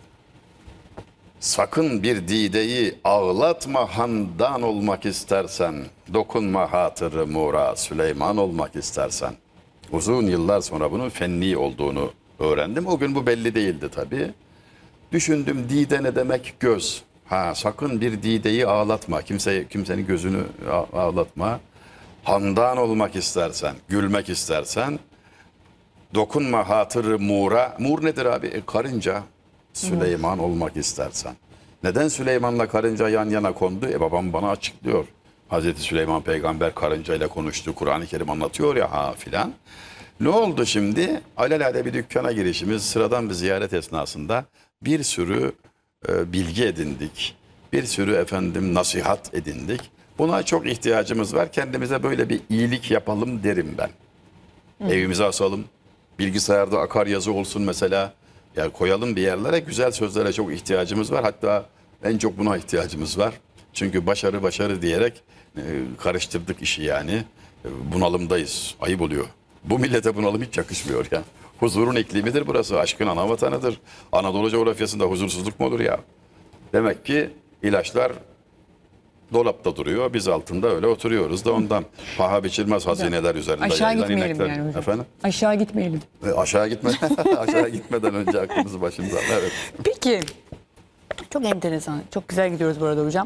Sakın bir dideyi ağlatma, handan olmak istersen. Dokunma hatırı Mura, Süleyman olmak istersen. Uzun yıllar sonra bunun fenni olduğunu öğrendim. O gün bu belli değildi tabii. Düşündüm, dide ne demek? Göz. Ha, sakın bir dideyi ağlatma. Kimse, kimsenin gözünü ağlatma. handan olmak istersen, gülmek istersen, dokunma hatırı Muğra. Muğr nedir abi? E, karınca. Süleyman olmak istersen. Neden Süleyman'la karınca yan yana kondu? E babam bana açıklıyor. Hazreti Süleyman peygamber karıncayla konuştu. Kur'an-ı Kerim anlatıyor ya ha filan. Ne oldu şimdi? Alelade bir dükkana girişimiz, sıradan bir ziyaret esnasında bir sürü e, bilgi edindik. Bir sürü efendim nasihat edindik. Buna çok ihtiyacımız var. Kendimize böyle bir iyilik yapalım derim ben. Hı. Evimize asalım. Bilgisayarda akaryazı olsun mesela. Yani koyalım bir yerlere, güzel sözlere çok ihtiyacımız var. Hatta en çok buna ihtiyacımız var. Çünkü başarı başarı diyerek e, karıştırdık işi yani. E, bunalımdayız. Ayıp oluyor. Bu millete bunalım hiç yakışmıyor ya. Huzurun iklimidir burası. Aşkın ana vatanıdır. Anadolu coğrafyasında huzursuzluk mu olur ya? Demek ki ilaçlar dolapta duruyor. Biz altında öyle oturuyoruz da ondan. Paha biçilmez hazineler üzerinde. Aşağı gitmeyelim inekler. Yani hocam. Efendim? Aşağı gitmeyelim. E, aşağı gitme. Aşağı gitmeden önce aklımızı başımıza. Evet. Peki. Çok enteresan. Çok güzel gidiyoruz bu arada hocam.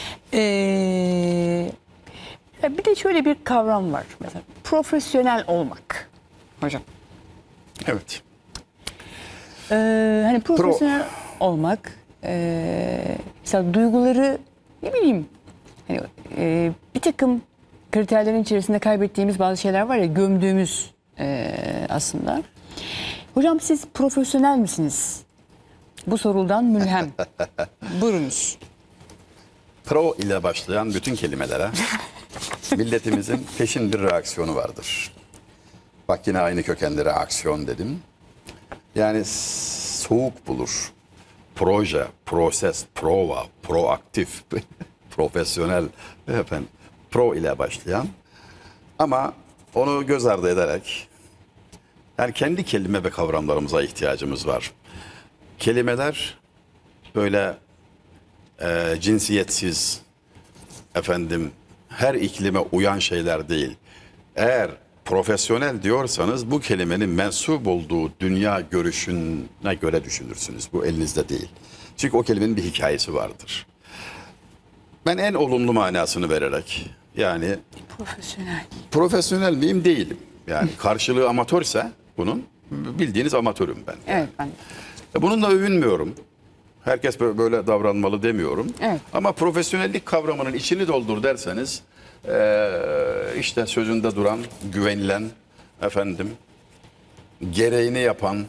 Ee, bir de şöyle bir kavram var. Mesela profesyonel olmak. Hocam. Evet. Ee, hani profesyonel Pro. olmak. E, mesela duyguları ne bileyim hani, e, bir takım kriterlerin içerisinde kaybettiğimiz bazı şeyler var ya, gömdüğümüz e, aslında. Hocam siz profesyonel misiniz? Bu sorudan mülhem. Buyurunuz. Pro ile başlayan bütün kelimelere milletimizin peşin bir reaksiyonu vardır. Bak yine aynı kökenli reaksiyon dedim. Yani soğuk bulur. Proje, proses, prova, proaktif, profesyonel, efendim, pro ile başlayan. Ama onu göz ardı ederek, yani kendi kelime ve kavramlarımıza ihtiyacımız var. Kelimeler böyle e, cinsiyetsiz, efendim, her iklime uyan şeyler değil. Eğer profesyonel diyorsanız bu kelimenin mensup olduğu dünya görüşüne göre düşünürsünüz. Bu elinizde değil. Çünkü o kelimenin bir hikayesi vardır. Ben en olumlu manasını vererek, yani profesyonel. Profesyonel miyim? Değilim. Yani karşılığı amatörse bunun, bildiğiniz amatörüm ben. Evet, ben. Bununla övünmüyorum. Herkes böyle davranmalı demiyorum. Evet. Ama profesyonellik kavramının içini doldur derseniz, Ee, işte sözünde duran, güvenilen, efendim, gereğini yapan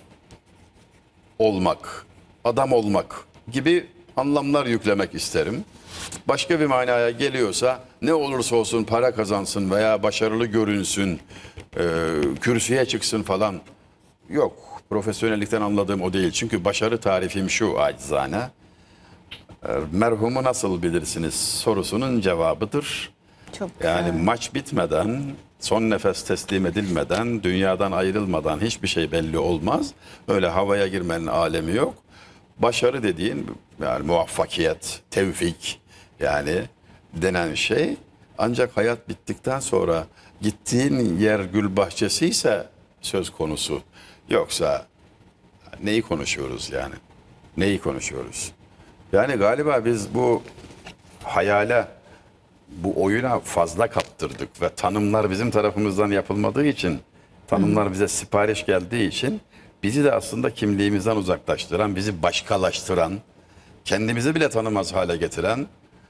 olmak, adam olmak gibi anlamlar yüklemek isterim. Başka bir manaya geliyorsa ne olursa olsun para kazansın veya başarılı görünsün, e, kürsüye çıksın falan. Yok, profesyonellikten anladığım o değil. Çünkü başarı tarifim şu acizane. E, merhumu nasıl bilirsiniz sorusunun cevabıdır. Çok yani güzel. Maç bitmeden, son nefes teslim edilmeden, dünyadan ayrılmadan hiçbir şey belli olmaz. Öyle havaya girmenin alemi yok. Başarı dediğin, yani muvaffakiyet, tevfik yani denen şey, ancak hayat bittikten sonra gittiğin yer gül bahçesi ise söz konusu. Yoksa neyi konuşuyoruz yani? Neyi konuşuyoruz? Yani galiba biz bu hayale, bu oyuna fazla kaptırdık ve tanımlar bizim tarafımızdan yapılmadığı için, tanımlar bize sipariş geldiği için bizi de aslında kimliğimizden uzaklaştıran, bizi başkalaştıran, kendimizi bile tanımaz hale getiren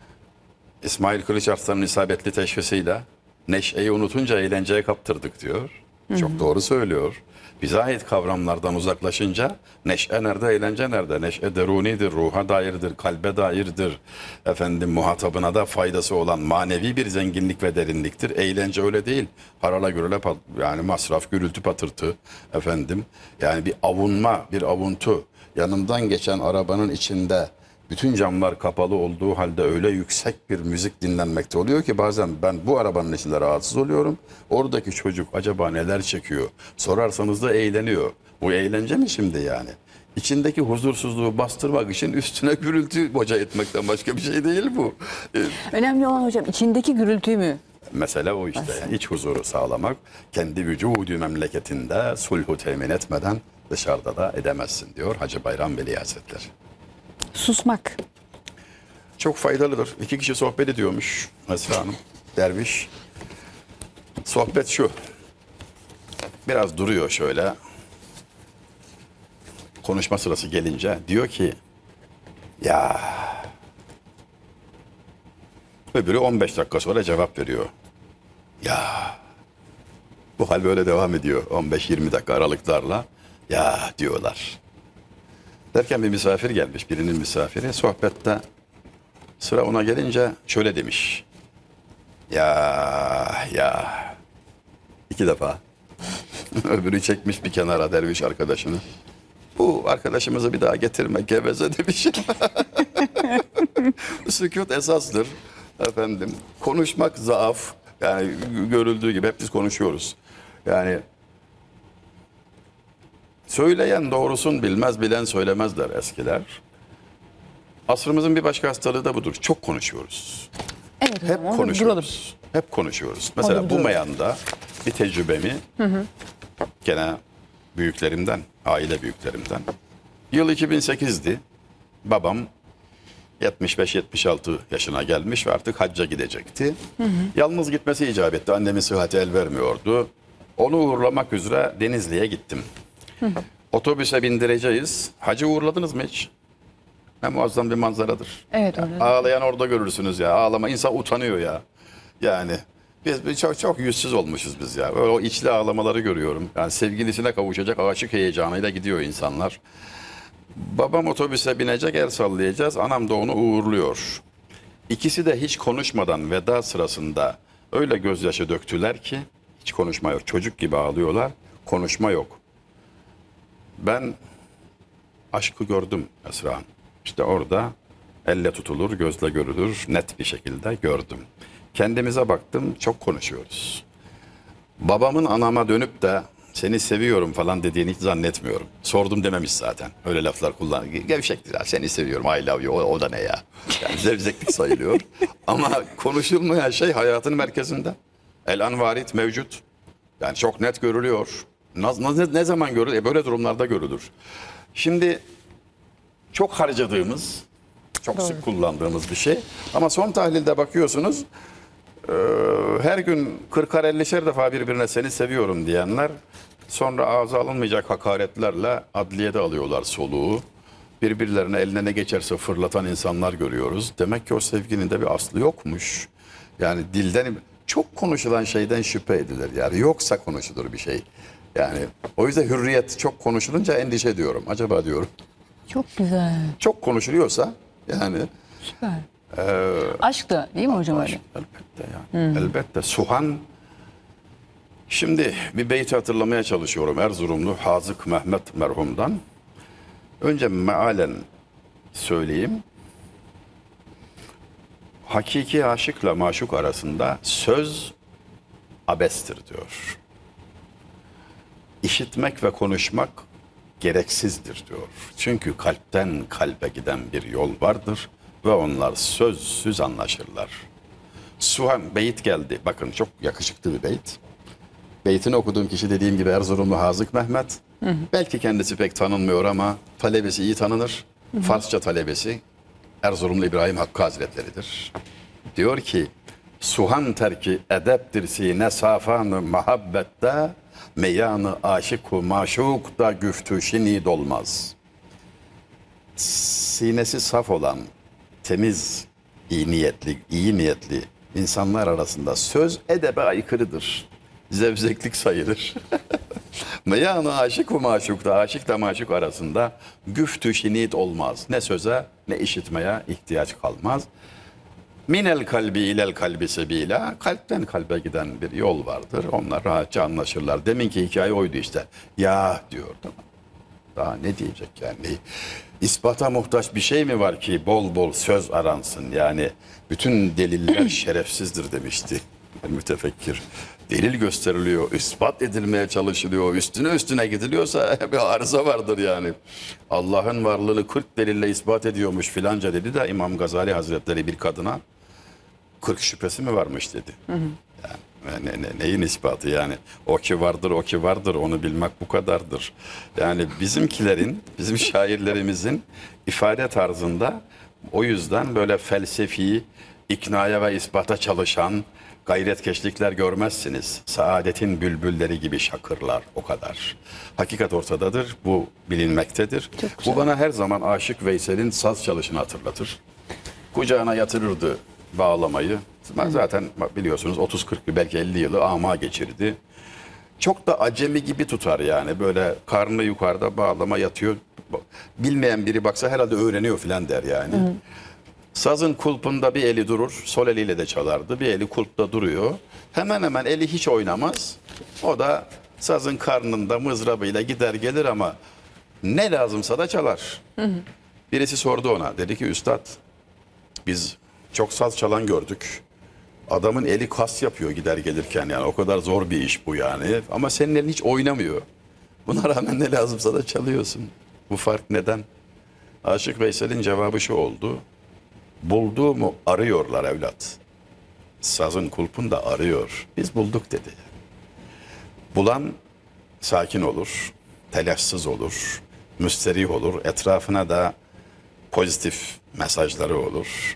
İsmail Kılıç Arslan'ın isabetli teşhisiyle neşeyi unutunca eğlenceye kaptırdık diyor. Hı hı. Çok doğru söylüyor. Bize ait kavramlardan uzaklaşınca neşe nerede, eğlence nerede? Neşe derunidir, ruha dairdir, kalbe dairdir. Efendim muhatabına da faydası olan manevi bir zenginlik ve derinliktir. Eğlence öyle değil. Harala gürüle yani masraf, gürültü, patırtı efendim. Yani bir avunma, bir avuntu. Yanımdan geçen arabanın içinde bütün camlar kapalı olduğu halde öyle yüksek bir müzik dinlenmekte oluyor ki bazen ben bu arabanın içinde rahatsız oluyorum. Oradaki çocuk acaba neler çekiyor? Sorarsanız da eğleniyor. Bu eğlence mi şimdi yani? İçindeki huzursuzluğu bastırmak için üstüne gürültü boca etmekten başka bir şey değil bu. Önemli olan hocam içindeki gürültüyü mü? Mesele o işte. Yani iç huzuru sağlamak. Kendi vücudu memleketinde sulhu temin etmeden dışarıda da edemezsin diyor Hacı Bayram Veli Hazretleri. Susmak. Çok faydalıdır. İki kişi sohbet ediyormuş Esra Hanım. Derviş. Sohbet şu. Biraz duruyor şöyle. Konuşma sırası gelince diyor ki ya, öbürü on beş dakika sonra cevap veriyor. Ya, bu hal böyle devam ediyor on beş yirmi dakika aralıklarla. Ya diyorlar. Derken bir misafir gelmiş, birinin misafiri. Sohbette sıra ona gelince şöyle demiş. Ya ya. İki defa. Öbürü çekmiş bir kenara derviş arkadaşını. Bu arkadaşımızı bir daha getirme geveze demiş. Sükût esastır efendim. Konuşmak zaaf. Yani görüldüğü gibi hep biz konuşuyoruz. Yani söyleyen doğrusun bilmez, bilen söylemez der eskiler. Asrımızın bir başka hastalığı da budur. Çok konuşuyoruz. Evet, Hep orada konuşuyoruz. duralım. Hep konuşuyoruz. Mesela Orada bu duralım. meyanda bir tecrübemi hı hı. gene büyüklerimden, aile büyüklerimden. Yıl iki bin sekizdi. Babam yetmiş beş yetmiş altı yaşına gelmiş ve artık hacca gidecekti. Hı hı. Yalnız gitmesi icap etti. Annemin sıhhati el vermiyordu. Onu uğurlamak üzere Denizli'ye gittim. Hı hı. Otobüse bindireceğiz. Hacı uğurladınız mı hiç? Ne muazzam bir manzaradır. Evet, Ya, öyle. ağlayan orada görürsünüz ya. Ağlama, insan utanıyor ya. Yani biz, biz çok çok yüzsüz olmuşuz biz ya. Böyle o içli ağlamaları görüyorum. Yani sevgilisine kavuşacak aşık heyecanıyla gidiyor insanlar. Babam otobüse binecek, el sallayacağız. Anam da onu uğurluyor. İkisi de hiç konuşmadan veda sırasında öyle gözyaşı döktüler ki hiç konuşma yok. Çocuk gibi ağlıyorlar. Konuşma yok. Ben aşkı gördüm Esra Hanım. İşte orada elle tutulur, gözle görülür, net bir şekilde gördüm. Kendimize baktım, çok konuşuyoruz. Babamın anama dönüp de seni seviyorum falan dediğini hiç zannetmiyorum. Sordum dememiş zaten. Öyle laflar kullan. Gevşektir ya, seni seviyorum, I love you, o, o da ne ya? Yani zevzeklik sayılıyor. Ama konuşulmayan şey hayatın merkezinde. El anvarit mevcut. Yani çok net görülüyor. Ne, ne zaman görülür? E böyle durumlarda görülür. Şimdi çok harcadığımız, çok Doğru. sık kullandığımız bir şey. Ama son tahlilde bakıyorsunuz, e, her gün kırkar ellişer defa birbirine seni seviyorum diyenler, sonra ağza alınmayacak hakaretlerle adliyede alıyorlar soluğu. Birbirlerine eline ne geçerse fırlatan insanlar görüyoruz. Demek ki o sevginin de bir aslı yokmuş. Yani dilden, çok konuşulan şeyden şüphe edilir. Yani yoksa konuşulur bir şey. Yani o yüzden hürriyet çok konuşulunca endişe ediyorum. Acaba diyorum. Çok güzel. Çok konuşuluyorsa yani Süper. e, Aşk da değil mi hocam öyle? elbette yani. Elbette. Suhan, şimdi bir beyti hatırlamaya çalışıyorum. Erzurumlu Hazık Mehmet merhumdan. Önce mealen söyleyeyim. Hakiki aşıkla maşuk arasında söz abestir diyor. İşitmek ve konuşmak gereksizdir diyor. Çünkü kalpten kalbe giden bir yol vardır ve onlar sözsüz anlaşırlar. Suhan beyit geldi. Bakın çok yakışıklı bir beyit. Beytini okuduğum kişi dediğim gibi Erzurumlu Hazık Mehmet. Hı hı. Belki kendisi pek tanınmıyor ama talebesi iyi tanınır. Hı hı. Farsça talebesi Erzurumlu İbrahim Hakkı Hazretleri'dir. Diyor ki, Suhan terki edeptir sine safanı muhabbette, meyanı aşık-u maşuk da güftü şinid olmaz. Sinesi saf olan, temiz, iyi niyetli, iyi niyetli insanlar arasında söz edebe aykırıdır. Zevzeklik sayılır. Meyanı aşık ve maşuk da, aşık da maşuk arasında güftü şinid olmaz. Ne söze ne işitmeye ihtiyaç kalmaz. Minel kalbi ilel kalbi sebila, kalpten kalbe giden bir yol vardır. Onlar rahatça anlaşırlar. Deminki hikaye oydu işte. Ya diyordu. Daha ne diyecek yani? İspata muhtaç bir şey mi var ki bol bol söz aransın? Yani bütün deliller şerefsizdir demişti mütefekkir. Delil gösteriliyor, ispat edilmeye çalışılıyor, üstüne üstüne gidiliyorsa bir arıza vardır yani. Allah'ın varlığını kırk delille ispat ediyormuş filanca dedi de İmam Gazali Hazretleri bir kadına kırk şüphesi mi varmış dedi. Hı hı. Yani ne, ne, neyin ispatı yani? O ki vardır, o ki vardır, onu bilmek bu kadardır. Yani bizimkilerin, bizim şairlerimizin ifade tarzında o yüzden böyle felsefi, iknaya ve ispata çalışan, Gayretkeşlikler görmezsiniz. Saadetin bülbülleri gibi şakırlar, o kadar. Hakikat ortadadır, bu bilinmektedir. Bu bana her zaman Aşık Veysel'in saz çalışını hatırlatır. Kucağına yatırırdı bağlamayı. Zaten biliyorsunuz otuz kırk belki elli yılı ama geçirdi. Çok da acemi gibi tutar yani. Böyle karnı yukarıda bağlama yatıyor. Bilmeyen biri baksa herhalde öğreniyor filan der yani. Hı hı. Sazın kulpunda bir eli durur. Sol eliyle de çalardı. Bir eli kulpta duruyor. Hemen hemen eli hiç oynamaz. O da sazın karnında mızrabıyla gider gelir ama ne lazımsa da çalar. Hı hı. Birisi sordu ona. Dedi ki üstad, biz çok saz çalan gördük. Adamın eli kas yapıyor gider gelirken, yani o kadar zor bir iş bu yani. Ama senin elin hiç oynamıyor. Buna rağmen ne lazımsa da çalıyorsun. Bu fark neden? Aşık Veysel'in cevabı şu oldu. Bulduğumu arıyorlar evlat. Sazın kulpunda arıyor. Biz bulduk dedi. Bulan sakin olur, telaşsız olur, müsterih olur. Etrafına da pozitif mesajları olur.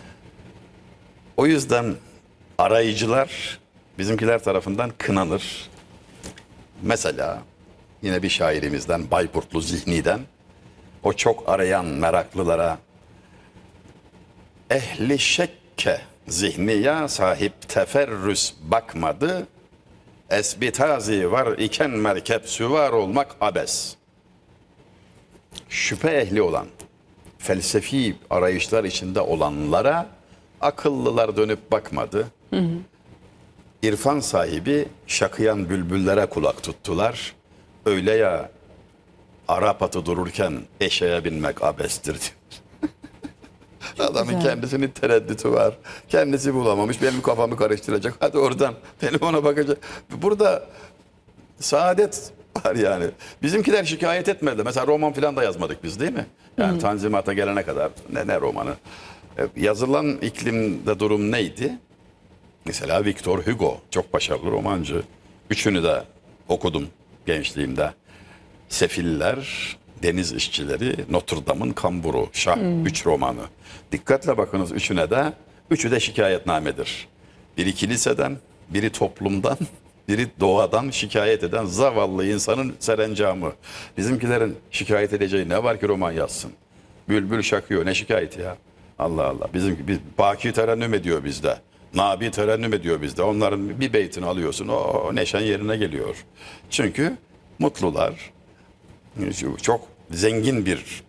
O yüzden arayıcılar bizimkiler tarafından kınanır. Mesela yine bir şairimizden Bayburtlu Zihni'den o çok arayan meraklılara ehli şekke zihniya sahip teferrüs bakmadı, esbitazi var iken merkep süvar olmak abes. Şüphe ehli olan, felsefi arayışlar içinde olanlara akıllılar dönüp bakmadı. Hı hı. İrfan sahibi şakıyan bülbüllere kulak tuttular. Öyle ya, Arap atı dururken eşeğe binmek abestir diyor. Adamın güzel. Kendisinin tereddütü var. Kendisi bulamamış. Benim kafamı karıştıracak. Hadi oradan benim ona bakacak. Burada saadet var yani. Bizimkiler şikayet etmedi. Mesela roman falan da yazmadık biz, değil mi? Yani hı hı. Tanzimat'a gelene kadar ne, ne romanı. Yazılan iklimde durum neydi? Mesela Victor Hugo çok başarılı romancı. Üçünü de okudum gençliğimde. Sefiller, Deniz İşçileri, Notre Dame'ın Kamburu, Şah, hmm. üç romanı. Dikkatle bakınız üçüne de, üçü de şikayetnamedir. Biri kiliseden, biri toplumdan, biri doğadan şikayet eden zavallı insanın serencamı. Bizimkilerin şikayet edeceği ne var ki roman yazsın? Bülbül şakıyor, ne şikayeti ya? Allah Allah. Bizim biz, Baki terennüm ediyor bizde. Nabi terennüm ediyor bizde. Onların bir beytini alıyorsun, o, o neşen yerine geliyor. Çünkü mutlular, çok zengin bir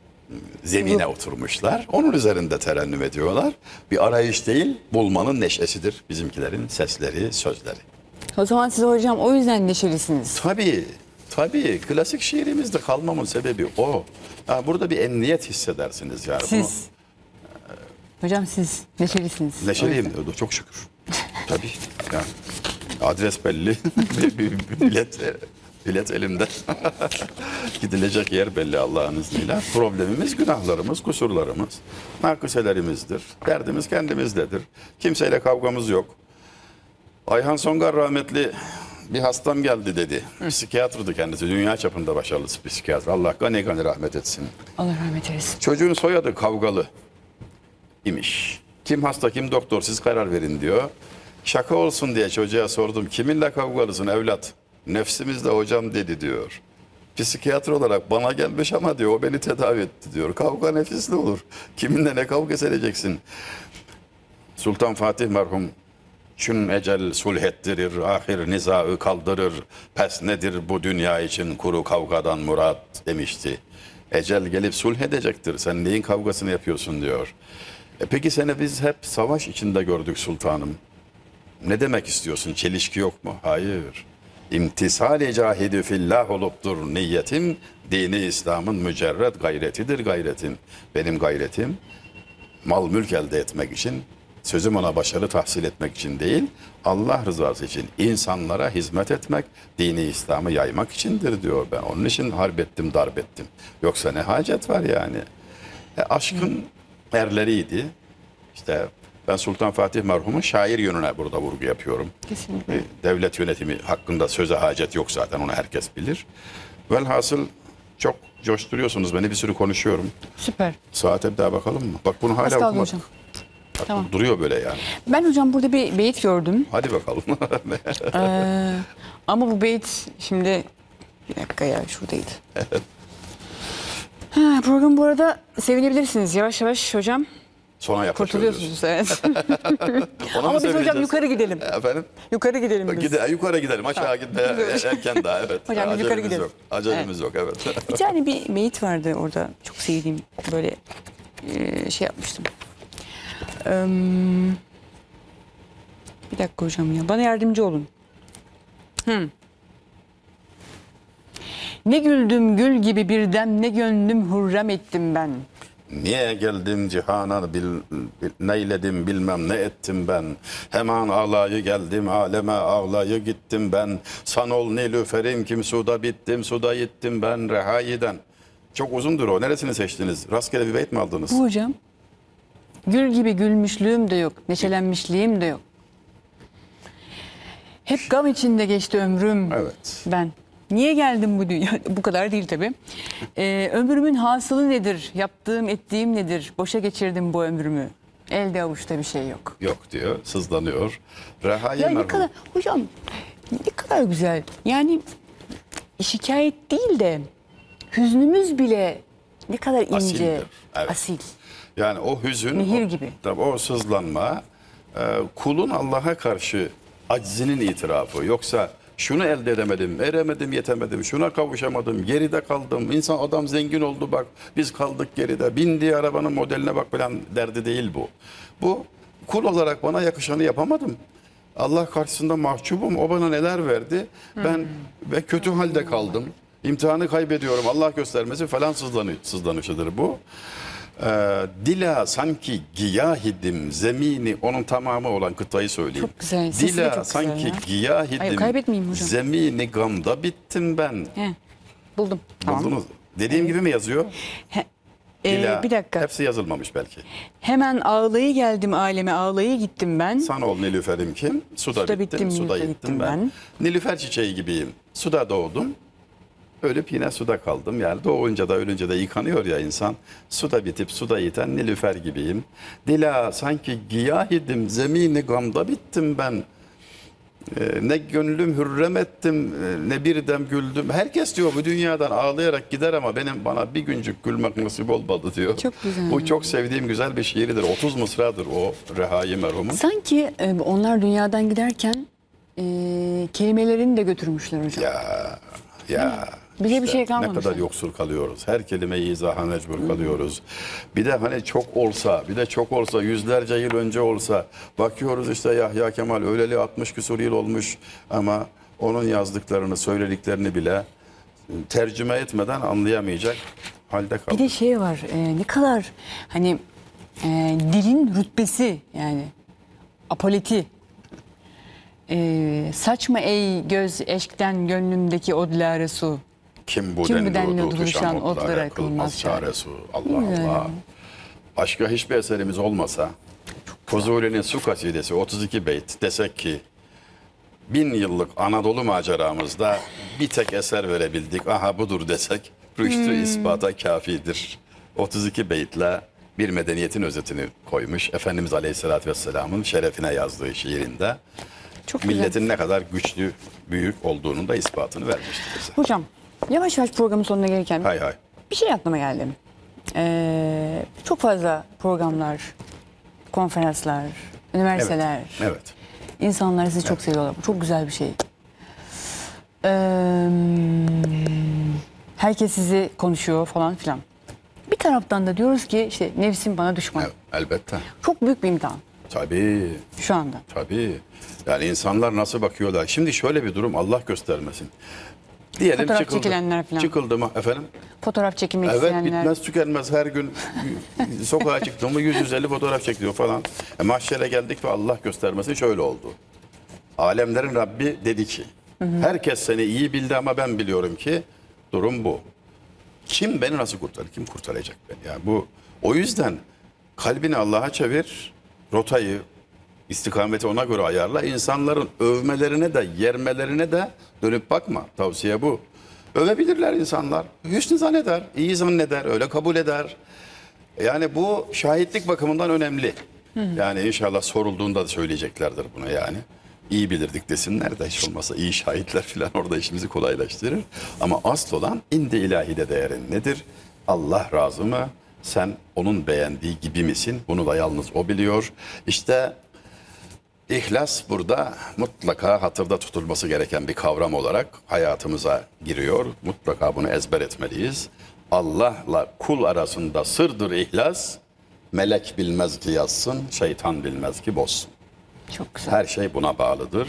zemine oturmuşlar. Onun üzerinde terennüm ediyorlar. Bir arayış değil, bulmanın neşesidir bizimkilerin sesleri, sözleri. O zaman siz hocam o yüzden neşelisiniz. Tabii, tabii. Klasik şiirimizde kalmamın sebebi o. Yani burada bir emniyet hissedersiniz yani. Siz, Bunu, hocam siz neşelisiniz. Neşeliyim, çok şükür. Tabii. Yani adres belli, bilet, bilet elimde. Gidilecek yer belli Allah'ın izniyle. Problemimiz günahlarımız, kusurlarımız, nakıselerimizdir. Derdimiz kendimizdedir. Kimseyle kavgamız yok. Ayhan Songar rahmetli bir hastam geldi dedi. Psikiyatrdı kendisi. Dünya çapında başarılı psikiyatr. Allah gani gani rahmet etsin. Allah rahmet eylesin. Çocuğun soyadı Kavgalı imiş. Kim hasta kim doktor siz karar verin diyor. Şaka olsun diye çocuğa sordum. Kiminle kavgalısın evlat? Nefsimizle hocam dedi diyor. Psikiyatr olarak bana gelmiş ama diyor o beni tedavi etti diyor. Kavga nefisli olur. Kiminle ne kavga edeceksin? Sultan Fatih merhum çün ecel sulh ettirir, ahir nizaı kaldırır. Pes nedir bu dünya için kuru kavgadan murat demişti. Ecel gelip sulh edecektir. Sen neyin kavgasını yapıyorsun diyor. E peki seni biz hep savaş içinde gördük sultanım. Ne demek istiyorsun? Çelişki yok mu? Hayır. İmtisal-i cahidü fillah oluptur niyetim. Dini İslam'ın mücerred gayretidir gayretim. Benim gayretim mal mülk elde etmek için, sözüm ona başarı tahsil etmek için değil, Allah rızası için insanlara hizmet etmek, dini İslam'ı yaymak içindir diyor ben. Onun için harp ettim, darp ettim. Yoksa ne hacet var yani? E, aşkın erleriydi. İşte ben Sultan Fatih merhumun şair yönüne burada vurgu yapıyorum. Kesinlikle. Devlet yönetimi hakkında söze hacet yok zaten, onu herkes bilir. Velhasıl çok coşturuyorsunuz beni, bir sürü konuşuyorum. Süper. Saate bir daha bakalım mı? Bak bunu hala okumadık. Bak, Tamam. duruyor böyle yani. Ben hocam burada bir beyit gördüm. Hadi bakalım. Ee, ama bu beyit şimdi bir dakika ya şuradaydı. Ha, program bu arada sevinebilirsiniz. Yavaş yavaş hocam Sona yaklaşıyoruz. kurtuluyorsunuz. Evet. Ona mı Ama biz hocam sevineceğiz? yukarı gidelim. Efendim? Yukarı gidelim biz. Gide, yukarı gidelim. Aşağı gitme erken daha. Evet. Hocam biz yukarı Acelemiz gidelim. yok. Acelemiz yok. Evet. Bir tane bir beyit vardı orada. Çok sevdiğim böyle e, şey yapmıştım. Ee, bir dakika hocam ya. Bana yardımcı olun. Hmm. Ne güldüm gül gibi birden, ne gönlüm hürrem ettim ben. Niye geldim cihana, bil, bil, neyledim bilmem ne ettim ben. Hemen ağlayı geldim aleme, ağlayı gittim ben. Sanol nilüferim kim suda bittim, suda gittim ben rehayiden. Çok uzundur o. Neresini seçtiniz? Rastgele bir beyt mi aldınız? Bu hocam. Gül gibi gülmüşlüğüm de yok, neşelenmişliğim de yok. Hep gam içinde geçti ömrüm Evet. ben. Niye geldim bu dünya? Bu kadar değil tabii. Ee, ömrümün hasılı nedir? Yaptığım, ettiğim nedir? Boşa geçirdim bu ömrümü. Elde avuçta bir şey yok. Yok diyor, sızlanıyor. Rehayi Ya ne merhum. kadar, hocam ne kadar güzel. Yani şikayet değil de hüznümüz bile ne kadar ince, Asildir, evet. asil. Yani o hüzün, Nehir o, gibi. tabii o sızlanma e, kulun Allah'a karşı aczinin itirafı. Yoksa şunu elde edemedim, eremedim, yetemedim, şuna kavuşamadım, geride kaldım. İnsan adam zengin oldu bak, biz kaldık geride. Bindiği arabanın modeline bak falan derdi değil bu. Bu kul olarak bana yakışanı yapamadım. Allah karşısında mahcubum. O bana neler verdi. Ben ve kötü halde kaldım. İmtihanı kaybediyorum. Allah göstermesi falan sızlanı, sızlanışıdır bu. Ee, dila sanki giyahidim zemini, onun tamamı olan kıtayı söyleyeyim. Çok güzel, sesi de Dila çok güzel sanki ya. giyahidim Hayır, kaybetmeyeyim hocam. zemini gamda bittim ben. He, buldum. Tamam. Buldunuz. Dediğim gibi mi yazıyor? He, ee, Dila, bir dakika. hepsi yazılmamış belki. Hemen ağlayı geldim aleme, ağlayı gittim ben. Sana ol Nilüfer'im kim? Suda, Suda bittim, bittim, suda suda gittim gittim ben. ben. Nilüfer çiçeği gibiyim. Suda doğdum. Ölüp yine suda kaldım. Yani doğunca da ölünce de yıkanıyor ya insan. Suda bitip suda yiten Nilüfer gibiyim. Dila sanki giyahidim, zemini gamda bittim ben. Ee, ne gönlüm hürrem ettim, e, ne bir dem güldüm. Herkes diyor bu dünyadan ağlayarak gider ama benim bana bir güncük gülmek nasip olmadı diyor. Çok güzel. Bu çok sevdiğim güzel bir şiiridir. otuz mısradır o Rehayi merhumun. Sanki e, onlar dünyadan giderken e, kelimelerini de götürmüşler hocam. Ya ya. Bize bir şey kalmamış Ne kadar yani. yoksul kalıyoruz. Her kelimeyi izaha mecbur kalıyoruz. Bir de hani çok olsa, bir de çok olsa, yüzlerce yıl önce olsa bakıyoruz işte Yahya Kemal öleli altmış küsur yıl olmuş ama onun yazdıklarını, söylediklerini bile tercüme etmeden anlayamayacak halde Bir kaldık. de şey var, e, ne kadar hani e, dilin rütbesi yani apoleti. E, saçma ey göz eşkten gönlümdeki odlara su. Kim bu Kim bu denli denli durdu, duruşan tuşan otlara otlara kılmaz kılmaz çare. çaresi. Allah Allah. Başka hiçbir eserimiz olmasa Fuzuli'nin su kasidesi otuz iki beyt desek ki bin yıllık Anadolu maceramızda bir tek eser verebildik. Aha budur desek rüştü Hmm. ispata kafidir. otuz iki beytle bir medeniyetin özetini koymuş. Efendimiz Aleyhisselatü Vesselam'ın şerefine yazdığı şiirinde. Çok güzel. Milletin ne kadar güçlü, büyük olduğunun da ispatını vermiştir bize. Hocam yavaş yavaş programın sonuna gelirken Hay hay. bir şey aklıma geldi. Ee, çok fazla programlar, konferanslar, üniversiteler, Evet. insanlar sizi çok seviyorlar. Bu çok güzel bir şey. Ee, herkes sizi konuşuyor falan filan. Bir taraftan da diyoruz ki işte nefsim bana düşman. Evet, elbette. Çok büyük bir imtihan Tabii. şu anda. Tabii. Yani insanlar nasıl bakıyorlar? Şimdi şöyle bir durum Allah göstermesin. Diyelim Fotoğraf çıkıldı. çekilenler falan. Çıkıldı mı efendim? Fotoğraf çekilmek Evet isteyenler. bitmez tükenmez her gün sokağa çıktığımı yüz yüz elli fotoğraf çekiyor falan. E, mahşere geldik ve Allah göstermesin şöyle oldu. Alemlerin Rabbi dedi ki herkes seni iyi bildi ama ben biliyorum ki durum bu. Kim beni nasıl kurtarır? Kim kurtaracak beni? Yani bu o yüzden kalbini Allah'a çevir, rotayı, istikameti ona göre ayarla. İnsanların övmelerine de, yermelerine de dönüp bakma. Tavsiye bu. Övebilirler insanlar. Hüsnü zanneder, iyi zanneder, öyle kabul eder. Yani bu şahitlik bakımından önemli. Yani inşallah sorulduğunda da söyleyeceklerdir bunu yani. İyi bilirdik desinler de hiç olmazsa iyi şahitler falan orada işimizi kolaylaştırır. Ama asıl olan indi ilahide değerin nedir? Allah razı mı? Sen onun beğendiği gibi misin? Bunu da yalnız o biliyor. İşte İhlas burada mutlaka hatırda tutulması gereken bir kavram olarak hayatımıza giriyor. Mutlaka bunu ezber etmeliyiz. Allah'la kul arasında sırdır ihlas. Melek bilmez ki yazsın, şeytan bilmez ki bozsun. Çok güzel. Her şey buna bağlıdır.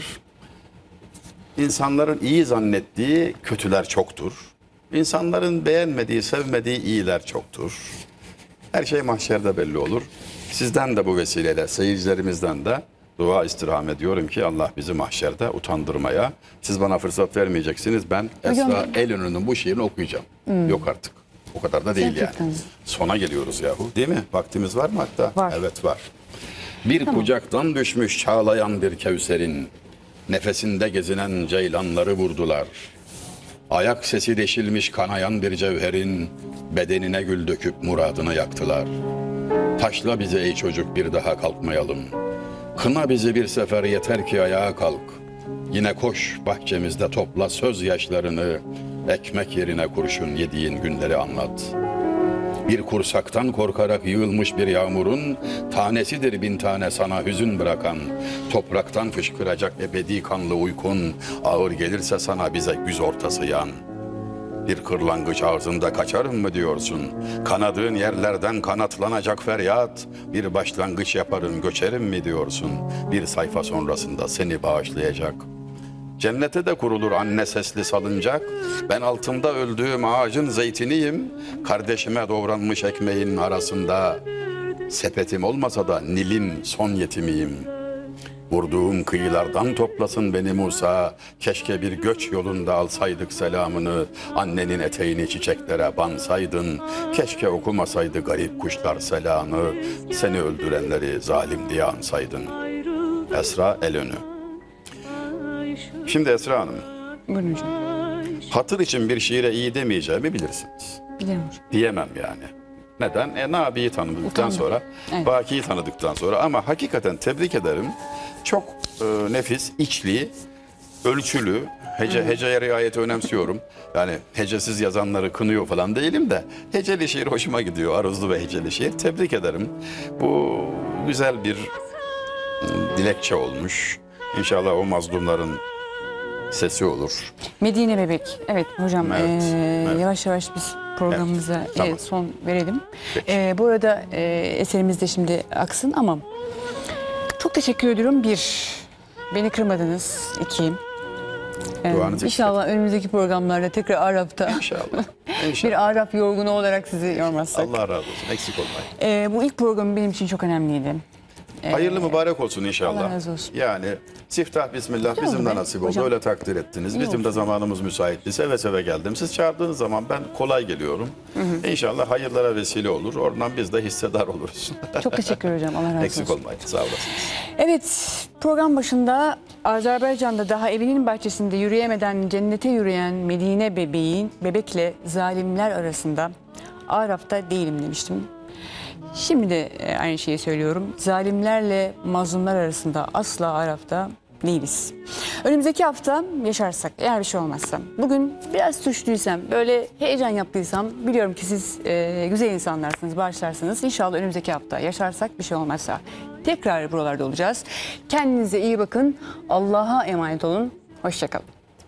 İnsanların iyi zannettiği kötüler çoktur. İnsanların beğenmediği, sevmediği iyiler çoktur. Her şey mahşerde belli olur. Sizden de bu vesileyle, seyircilerimizden de dua istirham ediyorum ki Allah bizi mahşerde utandırmaya. Siz bana fırsat vermeyeceksiniz. Ben Hocam, Esra Elönü'nün bu şiirini okuyacağım. Hmm. Yok artık. O kadar da değil Gerçekten. yani. Sona geliyoruz yahu. Değil mi? Vaktimiz var mı hatta? Var. Evet var. Bir tamam. Kucaktan düşmüş çağlayan bir kevserin, nefesinde gezinen ceylanları vurdular. Ayak sesi deşilmiş kanayan bir cevherin, bedenine gül döküp muradını yaktılar. Taşla bizi ey çocuk bir daha kalkmayalım. Kına bizi bir sefer yeter ki ayağa kalk. Yine koş bahçemizde topla söz yaşlarını, ekmek yerine kurşun yediğin günleri anlat. Bir kursaktan korkarak yığılmış bir yağmurun, tanesidir bin tane sana hüzün bırakan. Topraktan fışkıracak ebedi kanlı uykun, ağır gelirse sana bize güz ortası yan. Bir kırlangıç ağzında kaçarım mı diyorsun? Kanadığın yerlerden kanatlanacak feryat, bir başlangıç yaparım göçerim mi diyorsun? Bir sayfa sonrasında seni bağışlayacak. Cennete de kurulur anne sesli salıncak. Ben altında öldüğüm ağacın zeytiniyim. Kardeşime doğranmış ekmeğin arasında. Sepetim olmasa da Nil'in son yetimiyim. Vurduğum kıyılardan toplasın beni Musa. Keşke bir göç yolunda alsaydık selamını. Annenin eteğini çiçeklere bansaydın. Keşke okumasaydı garip kuşlar selamı. Seni öldürenleri zalim diye ansaydın. Esra Elönü. Şimdi Esra Hanım, Buyurun hocam. hatır için bir şiire iyi demeyeceğimi bilirsiniz. Bilirim hocam. Diyemem yani. Neden? E, Nabi'yi tanıdıktan Utandım. sonra, Evet. Baki'yi tanıdıktan sonra ama hakikaten tebrik ederim. Çok e, nefis, içli, ölçülü, hece, hmm. heceye riayeti önemsiyorum. Yani hecesiz yazanları kınıyor falan değilim de heceli şiir hoşuma gidiyor, aruzlu ve heceli şiir. Tebrik ederim. Bu güzel bir dilekçe olmuş. İnşallah o mazlumların sesi olur. Medine Bebek. Evet hocam, Evet, ee, evet. yavaş yavaş biz programımıza Evet, tamam. e, son verelim. Peki. E, bu arada e, eserimiz de şimdi aksın ama çok teşekkür ediyorum. Bir, beni kırmadınız. İki, e, Duanızı İnşallah önümüzdeki programlarda tekrar Arap'ta İnşallah. İnşallah. bir Arap yorgunu olarak sizi yormazsak. Allah razı olsun. Eksik olmayın. E, bu ilk programım benim için çok önemliydi. Hayırlı mübarek olsun inşallah. Allah razı olsun. Yani siftah bismillah Güzel bizim oldu de be, nasip oldu. hocam. Öyle takdir ettiniz. İyi Bizim de olsun. zamanımız müsaitti. Seve seve geldim. Siz çağırdığınız zaman ben kolay geliyorum. Hı hı. İnşallah hayırlara vesile olur. Oradan biz de hissedar oluruz. Çok teşekkür hocam. Allah razı Eksik olsun. olmayın. Sağ olasınız. Evet, program başında Azerbaycan'da daha evinin bahçesinde yürüyemeden cennete yürüyen Medine bebeğin bebekle zalimler arasında Araf'ta değilim demiştim. Şimdi de e, aynı şeyi söylüyorum. Zalimlerle mazlumlar arasında asla Araf'ta değiliz. Önümüzdeki hafta yaşarsak, eğer bir şey olmazsa, bugün biraz suçluysam, böyle heyecan yaptıysam, biliyorum ki siz e, güzel insanlarsınız, bağışlarsınız. İnşallah önümüzdeki hafta yaşarsak bir şey olmazsa tekrar buralarda olacağız. Kendinize iyi bakın, Allah'a emanet olun, hoşça kalın.